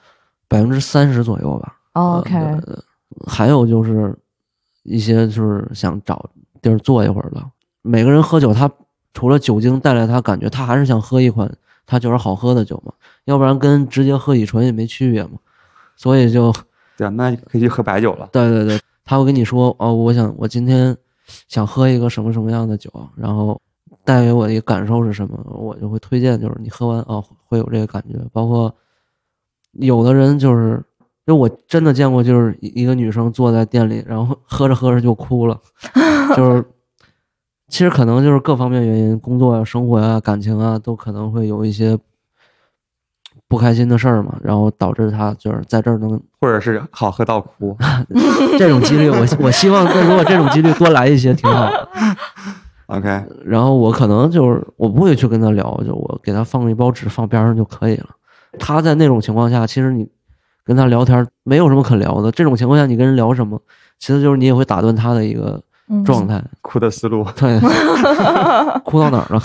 ？30%左右吧。 OK。 还有就是一些就是想找地儿坐一会儿的，每个人喝酒他除了酒精带来他感觉，他还是想喝一款他觉得好喝的酒嘛，要不然跟直接喝乙醇也没区别嘛。所以就对啊，那可以去喝白酒了。 对对对，他会跟你说我今天想喝一个什么什么样的酒，然后带给我的一个感受是什么，我就会推荐，就是你喝完会有这个感觉。包括有的人就是因为我真的见过，就是一个女生坐在店里，然后喝着喝着就哭了，就是其实可能就是各方面原因，工作啊、生活啊、感情啊，都可能会有一些不开心的事儿嘛，然后导致他就是在这儿能， 或者是好喝到哭， 这种几率我希望如果这种几率多来一些挺好的。 OK， 然后我可能就是我不会去跟他聊，就我给他放一包纸放边上就可以了。他在那种情况下，其实你跟他聊天没有什么可聊的。这种情况下，你跟人聊什么，其实就是你也会打断他的一个状态， 哭的思路。 对，哭到哪儿了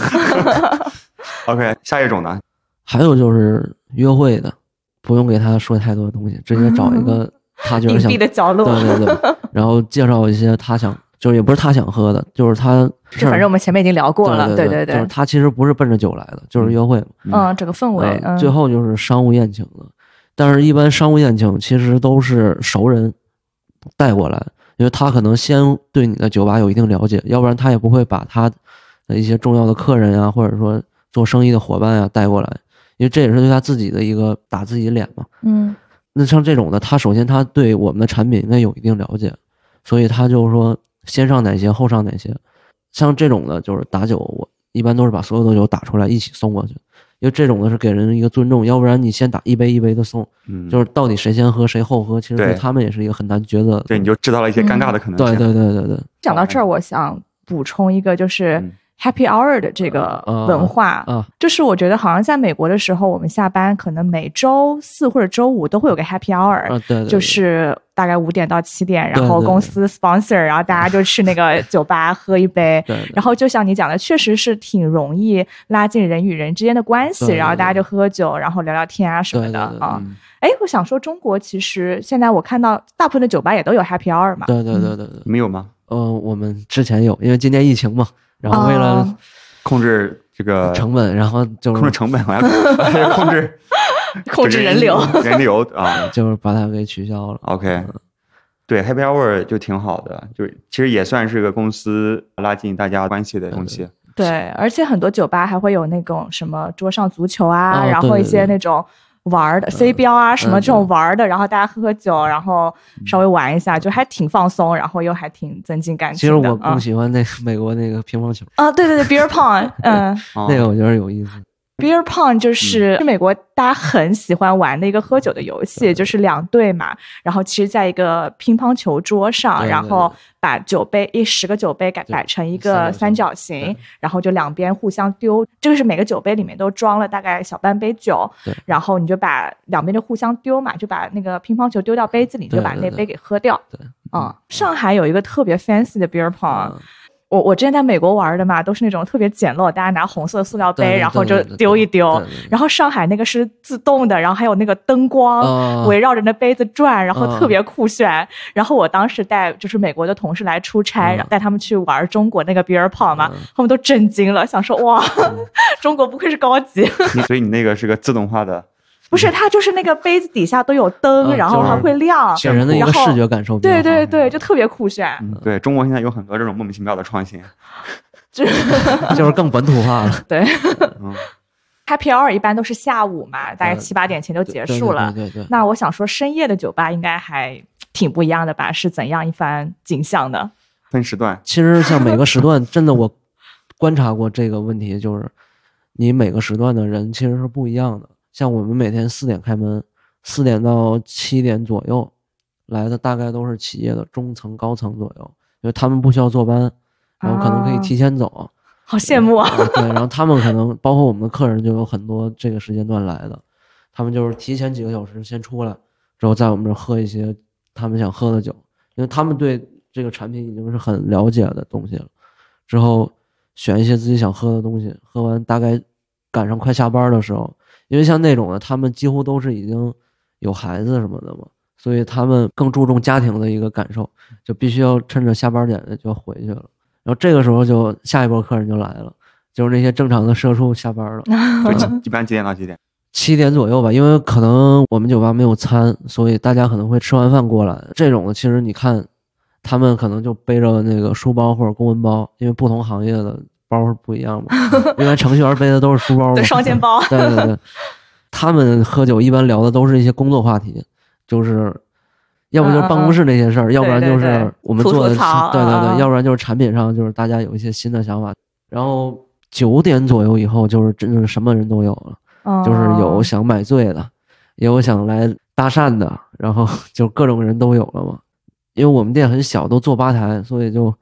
？OK， 下一种呢？ 还有就是约会的，不用给他说太多的东西，直接找一个他觉得想隐蔽的角落， 对，然后介绍一些他想，就是也不是他想喝的，就是他， 这反正我们前面已经聊过了，对， 就是他其实不是奔着酒来的，就是约会嘛， 整个氛围， 最后就是商务宴请的，但是一般商务宴请其实都是熟人带过来，因为他可能先对你的酒吧有一定了解，要不然他也不会把他的一些重要的客人啊，或者说做生意的伙伴啊带过来，因为这也是对他自己的一个打自己脸嘛。那像这种的，他首先他对我们的产品应该有一定了解，所以他就是说先上哪些后上哪些。像这种的就是打酒，我一般都是把所有的酒打出来一起送过去，因为这种的是给人一个尊重，要不然你先打一杯一杯的送，就是到底谁先喝谁后喝，其实对他们也是一个很难抉择的。 对，你就制造了一些尴尬的可能性。 对。 讲到这儿，我想补充一个，就是Happy Hour 的这个文化，就是我觉得好像在美国的时候，我们下班可能每周4或者周5都会有个 Happy Hour， 对， 就是大概5点到7点，然后公司 sponsor，然后大家就去那个酒吧喝一杯，然后就像你讲的，确实是挺容易拉近人与人之间的关系，然后大家就喝酒，然后聊聊天啊什么的啊。我想说，中国其实现在我看到大部分的酒吧也都有 Happy Hour 嘛。 对， 你们有吗？ 我们之前有，因为今年疫情嘛。然后为了控制这个成本，然后就是控制成本，好像控制人流啊， 就是把它给取消了。 OK， 对 ，Happy Hour 就挺好的，就其实也算是个公司拉近大家关系的东西。 对，而且很多酒吧还会有那种什么桌上足球啊，然后一些那种玩的飞镖啊什么这种玩的，然后大家喝喝酒，然后稍微玩一下，就还挺放松，然后又还挺增进感情的。 其实我更喜欢那个美国那个乒乓球啊，对，beer pong， 那个我觉得有意思。 Beer pong 就是美国大家很喜欢玩的一个喝酒的游戏，就是2队嘛，然后其实在一个乒乓球桌上，然后把酒杯10个酒杯摆成一个三角形，然后就两边互相丢，这个是每个酒杯里面都装了大概小半杯酒，然后你就把两边就互相丢嘛，就把那个乒乓球丢到杯子里，就把那杯给喝掉。上海有一个特别 fancy 的 beer pong。我之前在美国玩的嘛，都是那种特别简陋，大家拿红色的塑料杯，然后就丢一丢。然后上海那个是自动的，然后还有那个灯光围绕着那杯子转，然后特别酷炫。然后我当时带就是美国的同事来出差，带他们去玩中国那个 beer pong 嘛，他们都震惊了，想说哇，中国不愧是高级。 所以你那个是个自动化的。 不是，它就是那个杯子底下都有灯，然后还会亮， 给人的一个视觉感受。 对，就特别酷炫。 对，中国现在有很多这种莫名其妙的创新， 就是更本土化了。 对，Happy Hour 一般都是下午嘛，大概7、8点前就结束了。 对。 那我想说，深夜的酒吧应该还挺不一样的吧？是怎样一番景象的？ 分时段。 其实像每个时段，真的我观察过这个问题，就是你每个时段的人其实是不一样的。像我们每天4点开门，4点到7点左右来的大概都是企业的中层、高层左右，因为他们不需要坐班，然后可能可以提前走。 好羡慕啊！ 对，然后他们可能包括我们的客人就有很多这个时间段来的，他们就是提前几个小时先出来，之后在我们这儿喝一些他们想喝的酒，因为他们对这个产品已经是很了解的东西了，之后选一些自己想喝的东西，喝完大概赶上快下班的时候。因为像那种的，他们几乎都是已经有孩子什么的嘛，所以他们更注重家庭的一个感受，就必须要趁着下班点就要回去了。然后这个时候就下一波客人就来了，就是那些正常的社畜下班了。 一般几点到几点 ？7点左右吧，因为可能我们酒吧没有餐，所以大家可能会吃完饭过来。这种的其实你看，他们可能就背着那个书包或者公文包，因为不同行业的包是不一样嘛，因为程序员背的都是书包嘛， 对，双肩包。 对，他们喝酒一般聊的都是一些工作话题，就是要不就是办公室那些事儿，要不然就是我们做的，对，要不然就是产品上就是大家有一些新的想法。然后9点左右以后，就是真的什么人都有了，就是有想买醉的，也有想来搭讪的，然后就各种人都有了嘛。因为我们店很小，都坐吧台，所以就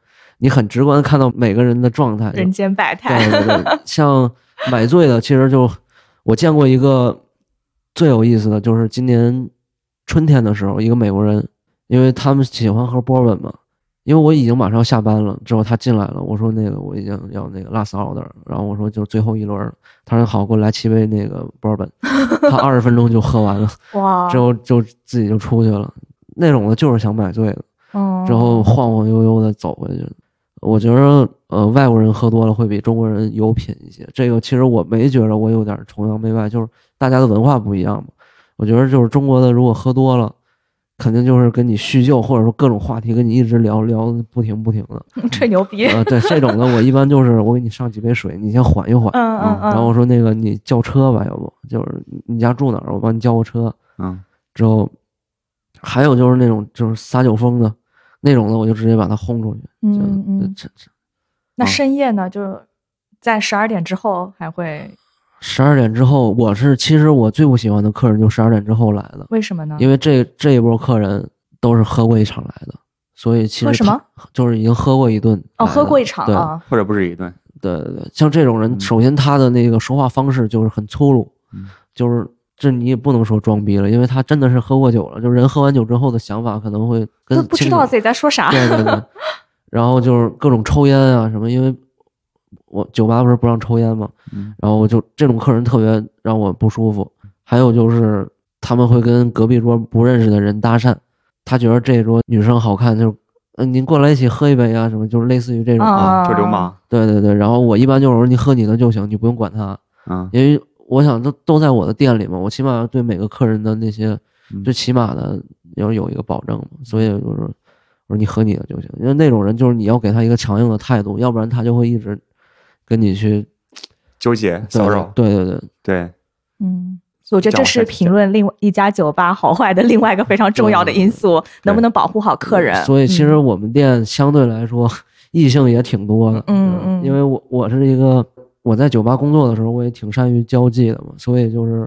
你很直观的看到每个人的状态， 人间百态。 对对对，像买醉的，其实就我见过一个最有意思的，就是今年春天的时候，一个美国人，因为他们喜欢喝波本嘛，因为我已经马上要下班了，之后他进来了，我说那个我已经要那个 last order， 然后我说就最后一轮，他说好，给我来7杯那个波本，他20分钟就喝完了， 哇， 之后就自己就出去了，那种的就是想买醉的，之后晃晃悠悠的走回去。我觉得外国人喝多了会比中国人有品一些，这个其实我没觉得我有点崇洋媚外，就是大家的文化不一样嘛。我觉得就是中国的如果喝多了，肯定就是跟你叙旧，或者说各种话题跟你一直聊不停的吹牛逼。 对，这种的我一般就是我给你上几杯水，你先缓一缓，然后我说那个你叫车吧，要不就是你家住哪儿，我帮你叫个车，之后还有就是那种就是撒酒疯的那种的，我就直接把他轰出去。 那深夜呢？就是在12点之后还会 ？12点之后，其实我最不喜欢的客人就12点之后来的。 为什么呢？ 因为这一波客人都是喝过一场来的，所以其实喝什么？ 就是已经喝过一顿。 喝过一场啊， 或者不是一顿。 对对对，像这种人，首先他的那个说话方式就是很粗鲁，就是这你也不能说装逼了，因为他真的是喝过酒了，就是人喝完酒之后的想法可能会跟都不知道自己在说啥。 对对对，然后就是各种抽烟啊什么，因为我酒吧不让抽烟嘛，然后我就这种客人特别让我不舒服。还有就是他们会跟隔壁桌不认识的人搭讪，他觉得这桌女生好看，就是您过来一起喝一杯啊什么，就是类似于这种这流氓。 对对对，然后我一般就是说你喝你的就行，你不用管他，因为我想都在我的店里嘛，我起码要对每个客人的那些最起码的要有一个保证嘛，所以就是我说你喝你的就行，因为那种人就是你要给他一个强硬的态度，要不然他就会一直跟你去纠结骚扰。 对对对对， 我觉得这是评论另外一家酒吧好坏的另外一个非常重要的因素，能不能保护好客人。 所以其实我们店相对来说异性也挺多的，因为我是一个我在酒吧工作的时候，我也挺善于交际的嘛，所以就是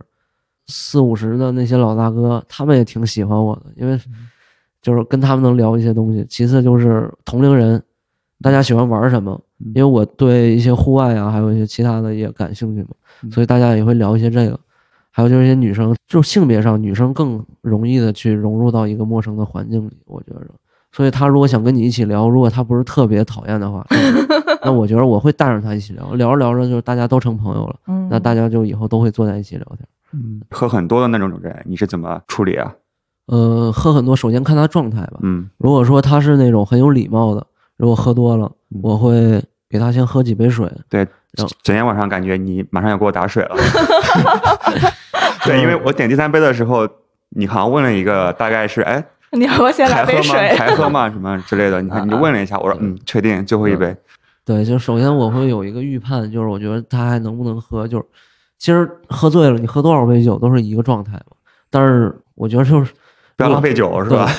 40、50的那些老大哥，他们也挺喜欢我的，因为就是跟他们能聊一些东西。其次就是同龄人，大家喜欢玩什么，因为我对一些户外啊，还有一些其他的也感兴趣嘛，所以大家也会聊一些这个。还有就是一些女生，就性别上，女生更容易的去融入到一个陌生的环境里，我觉得。所以他如果想跟你一起聊，如果他不是特别讨厌的话，那我觉得我会带着他一起聊，聊着聊着就是大家都成朋友了，那大家就以后都会坐在一起聊天。 喝很多的那种人，你是怎么处理啊？ 喝很多，首先看他状态吧。如果说他是那种很有礼貌的，如果喝多了，我会给他先喝几杯水。 对，昨天晚上感觉你马上要给我打水了。对，因为我点第3杯的时候，你好像问了一个大概是你要不先来杯水？ 还喝吗？什么之类的？你看，你就问了一下，我说确定，最后一杯。 对，就首先我会有一个预判，就是我觉得他还能不能喝，就是其实喝醉了，你喝多少杯酒都是一个状态嘛。但是我觉得就是不要浪费酒，是吧？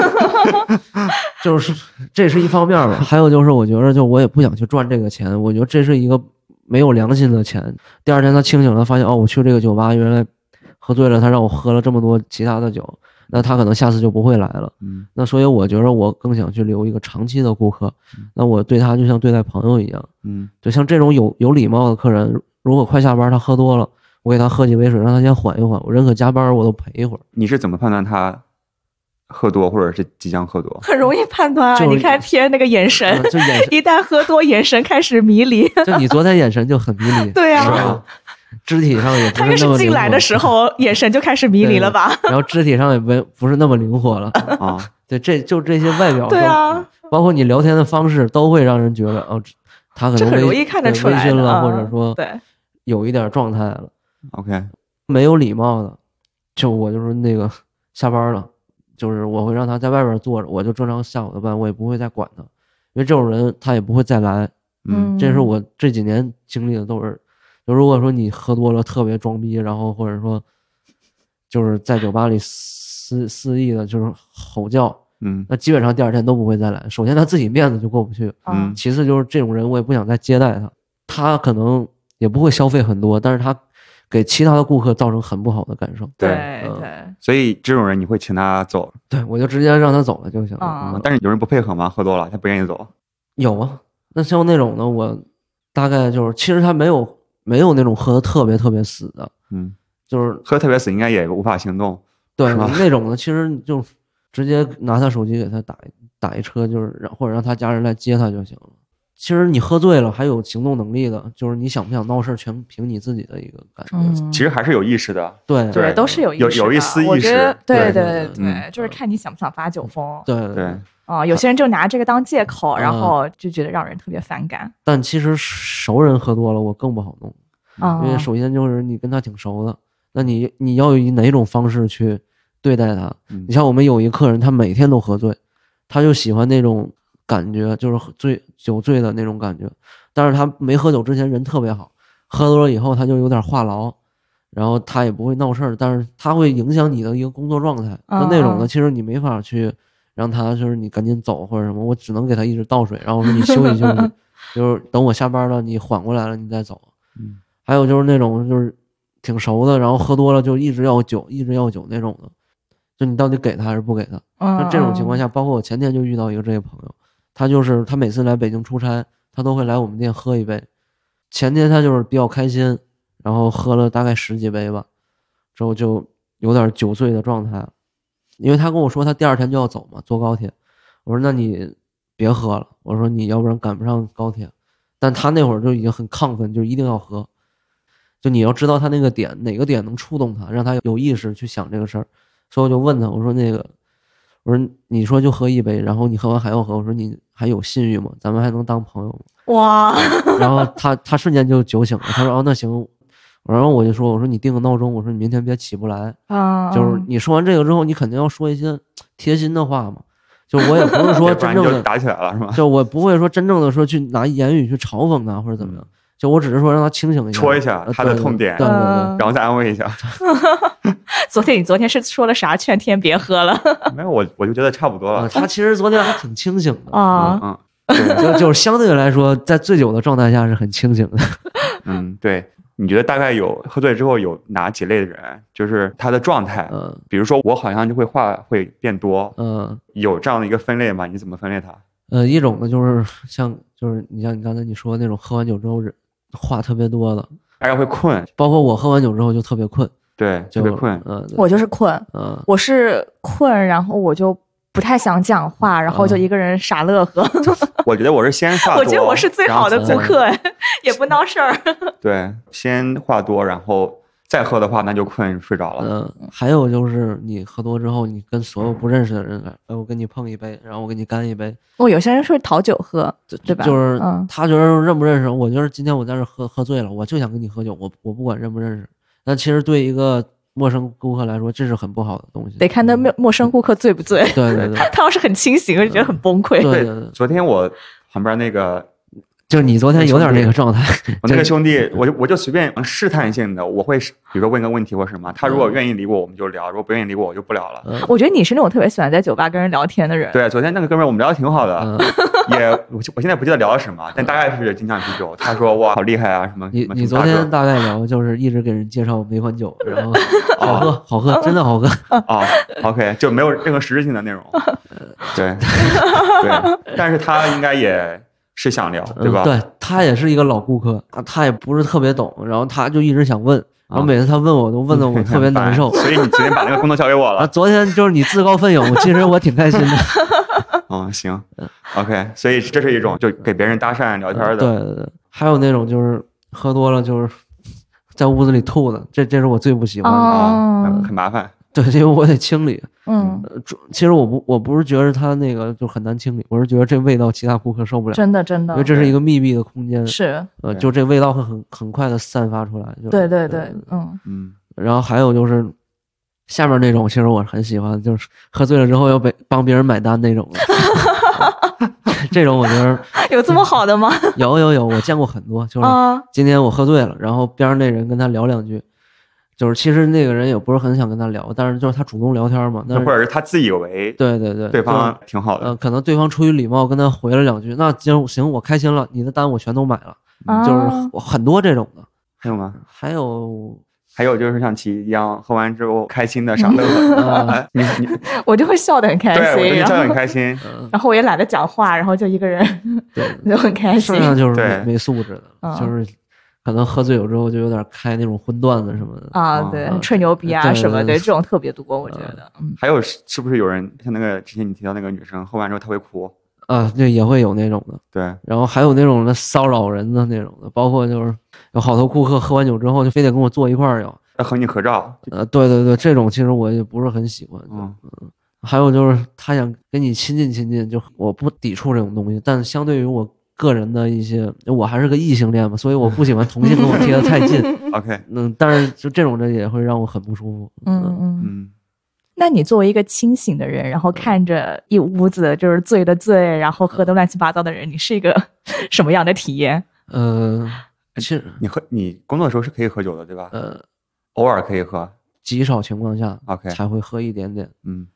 就是这是一方面吧，还有就是我觉得就我也不想去赚这个钱，我觉得这是一个没有良心的钱。第二天他清醒了，发现我去这个酒吧原来喝醉了，他让我喝了这么多其他的酒，那他可能下次就不会来了。那所以我觉得我更想去留一个长期的顾客，那我对他就像对待朋友一样。就像这种有礼貌的客人，如果快下班他喝多了，我给他喝几杯水，让他先缓一缓，我认可加班我都陪一会儿。 你是怎么判断他喝多或者是即将喝多？ 很容易判断啊，你看天那个眼神，一旦喝多眼神开始迷离。 就你昨天眼神就很迷离。 对啊， 是吧？肢体上也不是那么灵活。他是进来的时候眼神就开始迷离了吧？ 然后肢体上也不是那么灵活了啊。对，这些外表， 对啊， 包括你聊天的方式，都会让人觉得他可能很容易看得出来微醺了，或者说对有一点状态了。 OK， 没有礼貌的，我就是那个下班了，就是我会让他在外边坐着，我就正常下我的班，我也不会再管他，因为这种人他也不会再来。这是我这几年经历的都是。就如果说你喝多了特别装逼，然后或者说就是在酒吧里肆意的就是吼叫，那基本上第二天都不会再来。首先他自己面子就过不去，其次就是这种人我也不想再接待他，他可能也不会消费很多，但是他给其他的顾客造成很不好的感受。 对， 所以这种人你会请他走？ 对，我就直接让他走了就行了。 但是有人不配合吗？喝多了他不愿意走。 有啊，那像那种的，我大概就是，其实他没有那种喝的特别特别死的，就是喝特别死应该也无法行动， 对，那种的其实就直接拿他手机给他打一车，就是或者让他家人来接他就行了。其实你喝醉了还有行动能力的，就是你想不想闹事全凭你自己的一个感觉。 其实还是有意识的， 对，都是有意识的， 有一丝意识。 对，就是看你想不想发酒疯。 对。 有些人就拿这个当借口，然后就觉得让人特别反感。 但其实熟人喝多了，我更不好弄，因为首先就是你跟他挺熟的，那你要以哪种方式去对待他？你像我们有一客人，他每天都喝醉，他就喜欢那种感觉，就是酒醉的那种感觉。但是他没喝酒之前人特别好，喝多了以后他就有点话痨，然后他也不会闹事儿，但是他会影响你的一个工作状态。那种的其实你没法去让他就是你赶紧走或者什么，我只能给他一直倒水，然后我说你休息休息，就是等我下班了你缓过来了你再走。还有就是那种就是挺熟的，然后喝多了就一直要酒那种的，就你到底给他还是不给他？那这种情况下，包括我前天就遇到一个这个朋友，他每次来北京出差，他都会来我们店喝一杯。前天他就是比较开心，然后喝了大概10几杯吧，之后就有点酒醉的状态。因为他跟我说他第2天就要走嘛，坐高铁。我说那你别喝了，我说你要不然赶不上高铁。但他那会儿就已经很亢奋，就一定要喝。就你要知道他那个点哪个点能触动他，让他有意识去想这个事儿。所以我就问他，我说你说就喝一杯，然后你喝完还要喝，我说你还有信誉吗？咱们还能当朋友吗？ 哇！ 然后他瞬间就酒醒了，他说那行。然后我就说，我说你定个闹钟，我说你明天别起不来。就是你说完这个之后，你肯定要说一些贴心的话嘛。就我也不是说真正的打起来了是吗？ 就我不会说真正的说去拿言语去嘲讽他或者怎么样。就我只是说让他清醒一下， 戳一下他的痛点， 对， 然后再安慰一下。 你昨天是说了啥劝天别喝了？ 没有，我就觉得差不多了。 他其实昨天还挺清醒的啊， 就是相对来说，在醉酒的状态下是很清醒的。 对。你觉得大概有喝醉之后有哪几类的人，就是他的状态？比如说我好像就会话会变多，有这样的一个分类吗？你怎么分类它？ 一种呢就是就是你像你刚才你说的那种喝完酒之后话特别多的， 而且会困， 包括我喝完酒之后就特别困， 对，特别困。 我就是困，我是困，然后我就不太想讲话，然后就一个人傻乐呵。 我觉得我是先话多， 我觉得我是最好的顾客，也不闹事儿。对， 先话多，然后再喝的话，那就困睡着了。 还有就是你喝多之后，你跟所有不认识的人来，我跟你碰一杯，然后我给你干一杯。 有些人是讨酒喝，对吧？ 就是他觉得认不认识，我觉得今天我在这喝醉了，我就想跟你喝酒，我不管认不认识。但其实对一个陌生顾客来说，这是很不好的东西。 得看那陌生顾客醉不醉。 对， 他要是很清醒，我就觉得很崩溃。 对，昨天我旁边那个， 就是你昨天有点那个状态。 我那个兄弟，我就随便试探性的，我会比如说问个问题或什么，他如果愿意理我，我们就聊；如果不愿意理我，我就不聊了。 我觉得你是那种特别喜欢在酒吧跟人聊天的人。 对，昨天那个哥们儿我们聊得挺好的，我现在不记得聊了什么，但大概是精酿啤酒。他说哇好厉害啊什么。 你昨天大概聊就是一直给人介绍每款酒，然后好喝，真的好喝。 OK， 就没有任何实质性的内容。对，但是他应该也是想聊，对吧？ 对，他也是一个老顾客，他也不是特别懂，然后他就一直想问。然后每次他问我都问得我特别难受， 所以你昨天把那个工作交给我了。 昨天就是你自告奋勇，其实我挺开心的。 行 ，OK， 所以这是一种就给别人搭讪聊天的。 对，还有那种就是喝多了就是在屋子里吐的，这是我最不喜欢的， 很麻烦。 对，因为我得清理。其实我不是觉得他那个就很难清理，我是觉得这味道其他顾客受不了。 真的， 因为这是一个密闭的空间。 是。 就这味道会很快的散发出来。 对， 然后还有就是下面那种，其实我很喜欢，就是喝醉了之后要帮别人买单那种的。这种我觉得有这么好的吗？ 有，我见过很多。就是今天我喝醉了，然后边上那人跟他聊2句。就是其实那个人也不是很想跟他聊，但是就是他主动聊天嘛，或者是他自以为对方挺好的， 可能对方出于礼貌跟他回了2句，那行我开心了，你的单我全都买了，就是很多这种的。 还有吗？ 还有还有就是像琪一样，喝完之后开心的傻乐呵，你我就会笑得很开心， 对，我就笑得很开心， 然后我也懒得讲话，然后就一个人就很开心。 剩下就是没素质的，就是可能喝醉酒之后就有点开那种荤段子什么的啊，对，吹牛逼啊什么的，这种特别多，我觉得。 还有是不是有人像那个之前你提到那个女生喝完之后她会哭？ 啊，对，也会有那种的， 对， 然后还有那种的骚扰人的那种的，包括就是有好多顾客喝完酒之后就非得跟我坐一块儿要和你合照， 对对对，这种其实我也不是很喜欢，还有就是他想跟你亲近亲近，就我不抵触这种东西，但相对于我个人的一些，我还是个异性恋嘛，所以我不喜欢同性跟我贴得太近 OK， 但是就这种人也会让我很不舒服， 那你作为一个清醒的人，然后看着一屋子就是醉的醉，然后喝的乱七八糟的人，你是一个什么样的体验？ 其实你工作的时候是可以喝酒的，对吧？偶尔可以喝， 极少情况下 OK 才会喝一点点。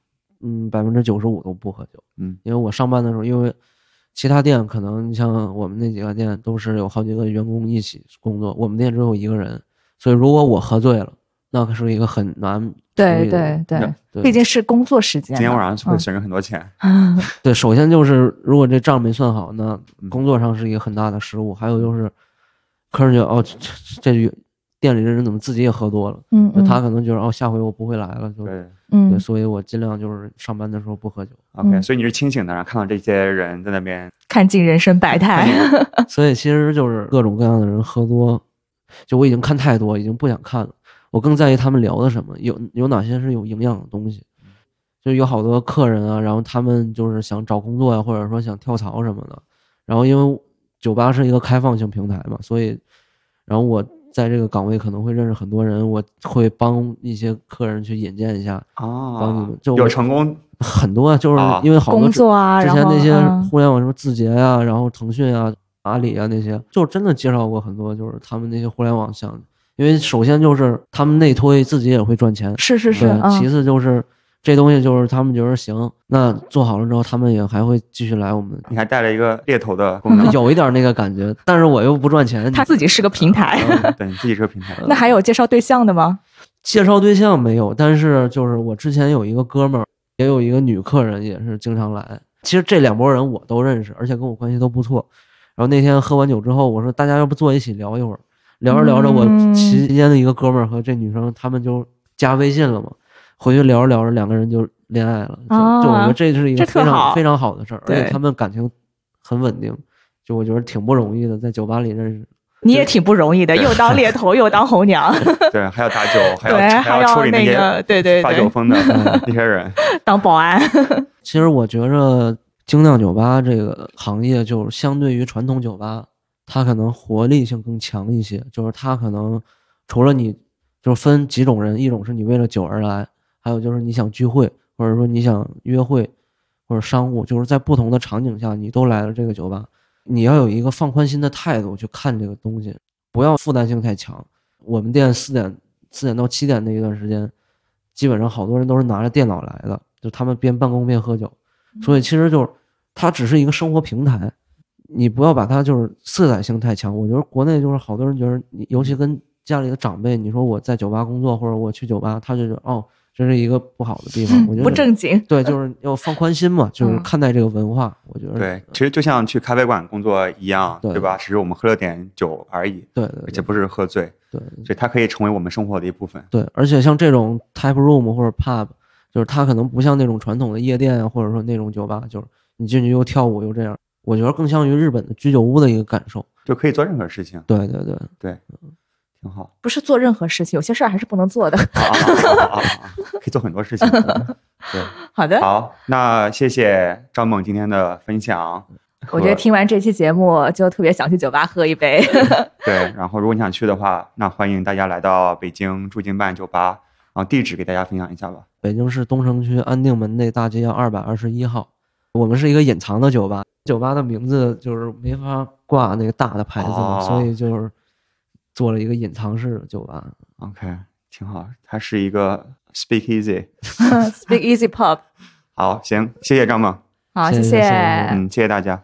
95% 都不喝酒。 因为我上班的时候，因为其他店可能你像我们那几个店都是有好几个员工一起工作，我们店只有一个人，所以如果我喝醉了，那可是一个很难。 对对对，毕竟是工作时间。 今天晚上会损失很多钱。 对，首先就是如果这账没算好，那工作上是一个很大的失误。还有就是客人觉得这店里的人怎么自己也喝多了？他可能觉得下回我不会来了，就对，所以我尽量就是上班的时候不喝酒。 OK，所以你是清醒的，然后看到这些人在那边看尽人生百态。 所以其实就是各种各样的人喝多，就我已经看太多，已经不想看了。我更在意他们聊的什么，有哪些是有营养的东西。就有好多客人啊，然后他们就是想找工作呀，或者说想跳槽什么的。然后因为酒吧是一个开放性平台嘛，所以然后我在这个岗位可能会认识很多人，我会帮一些客人去引荐一下帮你们就有成功很多，就是因为好多工作啊， 之前那些互联网什么字节啊，然后腾讯啊、阿里啊那些，就真的介绍过很多，就是他们那些互联网项目。因为首先就是他们内推自己也会赚钱， 是， 其次就是这东西就是他们觉得行，那做好了之后他们也还会继续来我们。 你还带了一个猎头的功能， 有一点那个感觉，但是我又不赚钱。 他自己是个平台， 对，你自己是个平台。 那还有介绍对象的吗？ 介绍对象没有，但是就是我之前有一个哥们儿，也有一个女客人也是经常来。其实这两拨人我都认识，而且跟我关系都不错。然后那天喝完酒之后，我说大家要不坐一起聊一会儿。聊着聊着，我期间的一个哥们儿和这女生他们就加微信了嘛，回去聊着聊着，两个人就恋爱了。就我觉得这是一个非常非常好的事儿，而且他们感情很稳定，就我觉得挺不容易的，在酒吧里认识。 你也挺不容易的，又当猎头又当红娘， 对，还要打酒，还要处理那些对发酒疯的那些人， 当保安。 其实我觉着精酿酒吧这个行业，就相对于传统酒吧，它可能活力性更强一些，就是它可能除了你就是分几种人，一种是你为了酒而来，还有就是你想聚会，或者说你想约会或者商务，就是在不同的场景下你都来了这个酒吧，你要有一个放宽心的态度去看这个东西，不要负担性太强。我们店4点到7点那一段时间，基本上好多人都是拿着电脑来的，就他们边办公边喝酒，所以其实就是它只是一个生活平台，你不要把它就是色彩性太强。我觉得国内就是好多人觉得你，尤其跟家里的长辈，你说我在酒吧工作或者我去酒吧，他就觉得这是一个不好的地方。我觉得不正经。 对，就是要放宽心嘛，就是看待这个文化。我觉得对，其实就像去咖啡馆工作一样，对吧？只是我们喝了点酒而已， 对， 而且不是喝醉， 对， 所以它可以成为我们生活的一部分。 对，而且像这种 type room 或者 pub， 就是它可能不像那种传统的夜店啊，或者说那种酒吧，就是你进去又跳舞又这样。我觉得更像于日本的居酒屋的一个感受， 就可以做任何事情。 对，挺好。 不是做任何事情，有些事儿还是不能做的。 可以做很多事情。对， 好的。 好，那谢谢张猛今天的分享。 我觉得听完这期节目，就特别想去酒吧喝一杯。 对，然后如果你想去的话，那欢迎大家来到北京驻京办酒吧，然后地址给大家分享一下吧。 北京市东城区安定门内大街221号。我们是一个隐藏的酒吧，酒吧的名字就是没法挂那个大的牌子嘛，所以就是做了一个隐藏式的酒吧。 OK， 挺好，它是一个 Speak Easy，Speak Easy Pub。 好，行，谢谢张猛。 好，谢谢。 谢谢大家。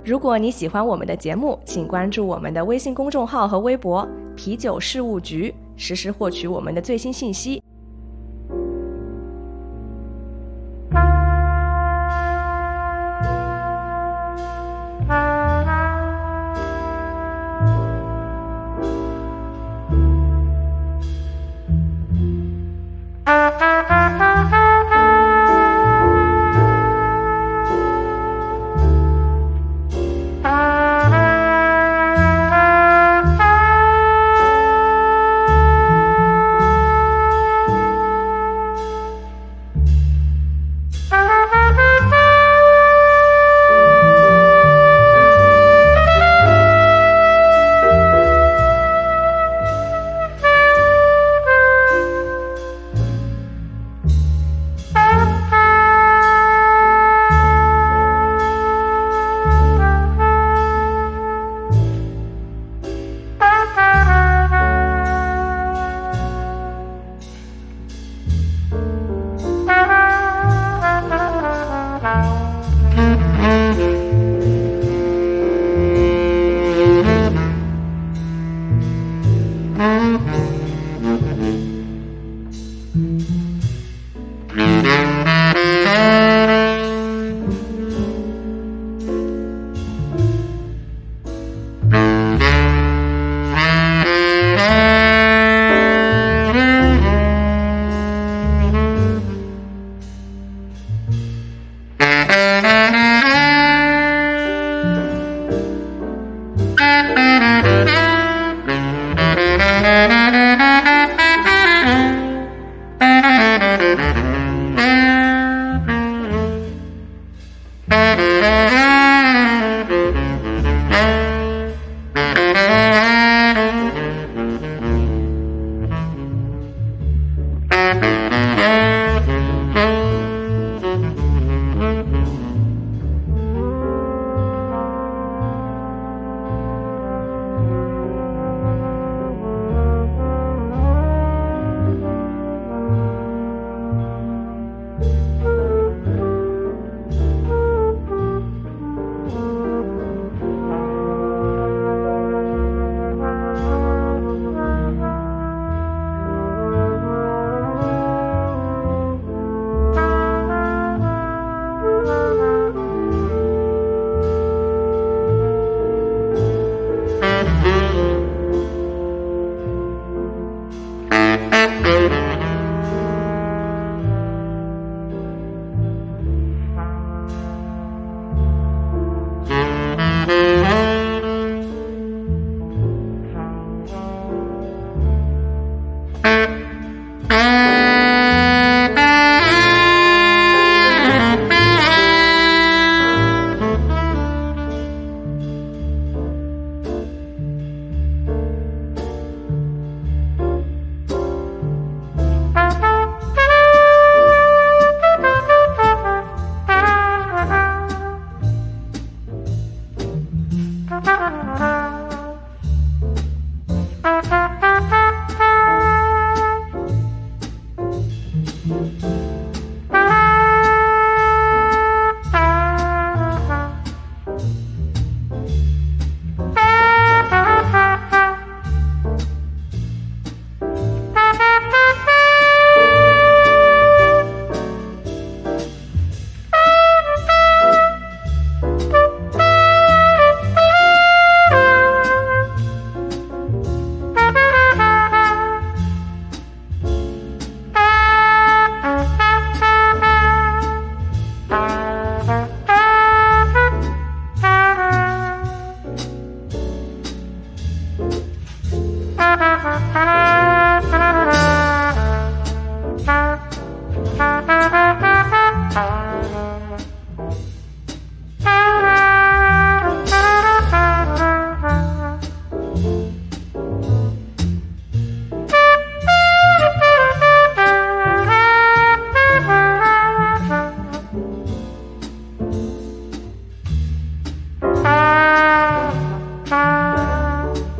如果你喜欢我们的节目，请关注我们的微信公众号和微博啤酒事务局，实时获取我们的最新信息。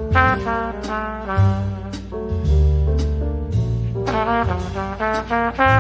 Thank you.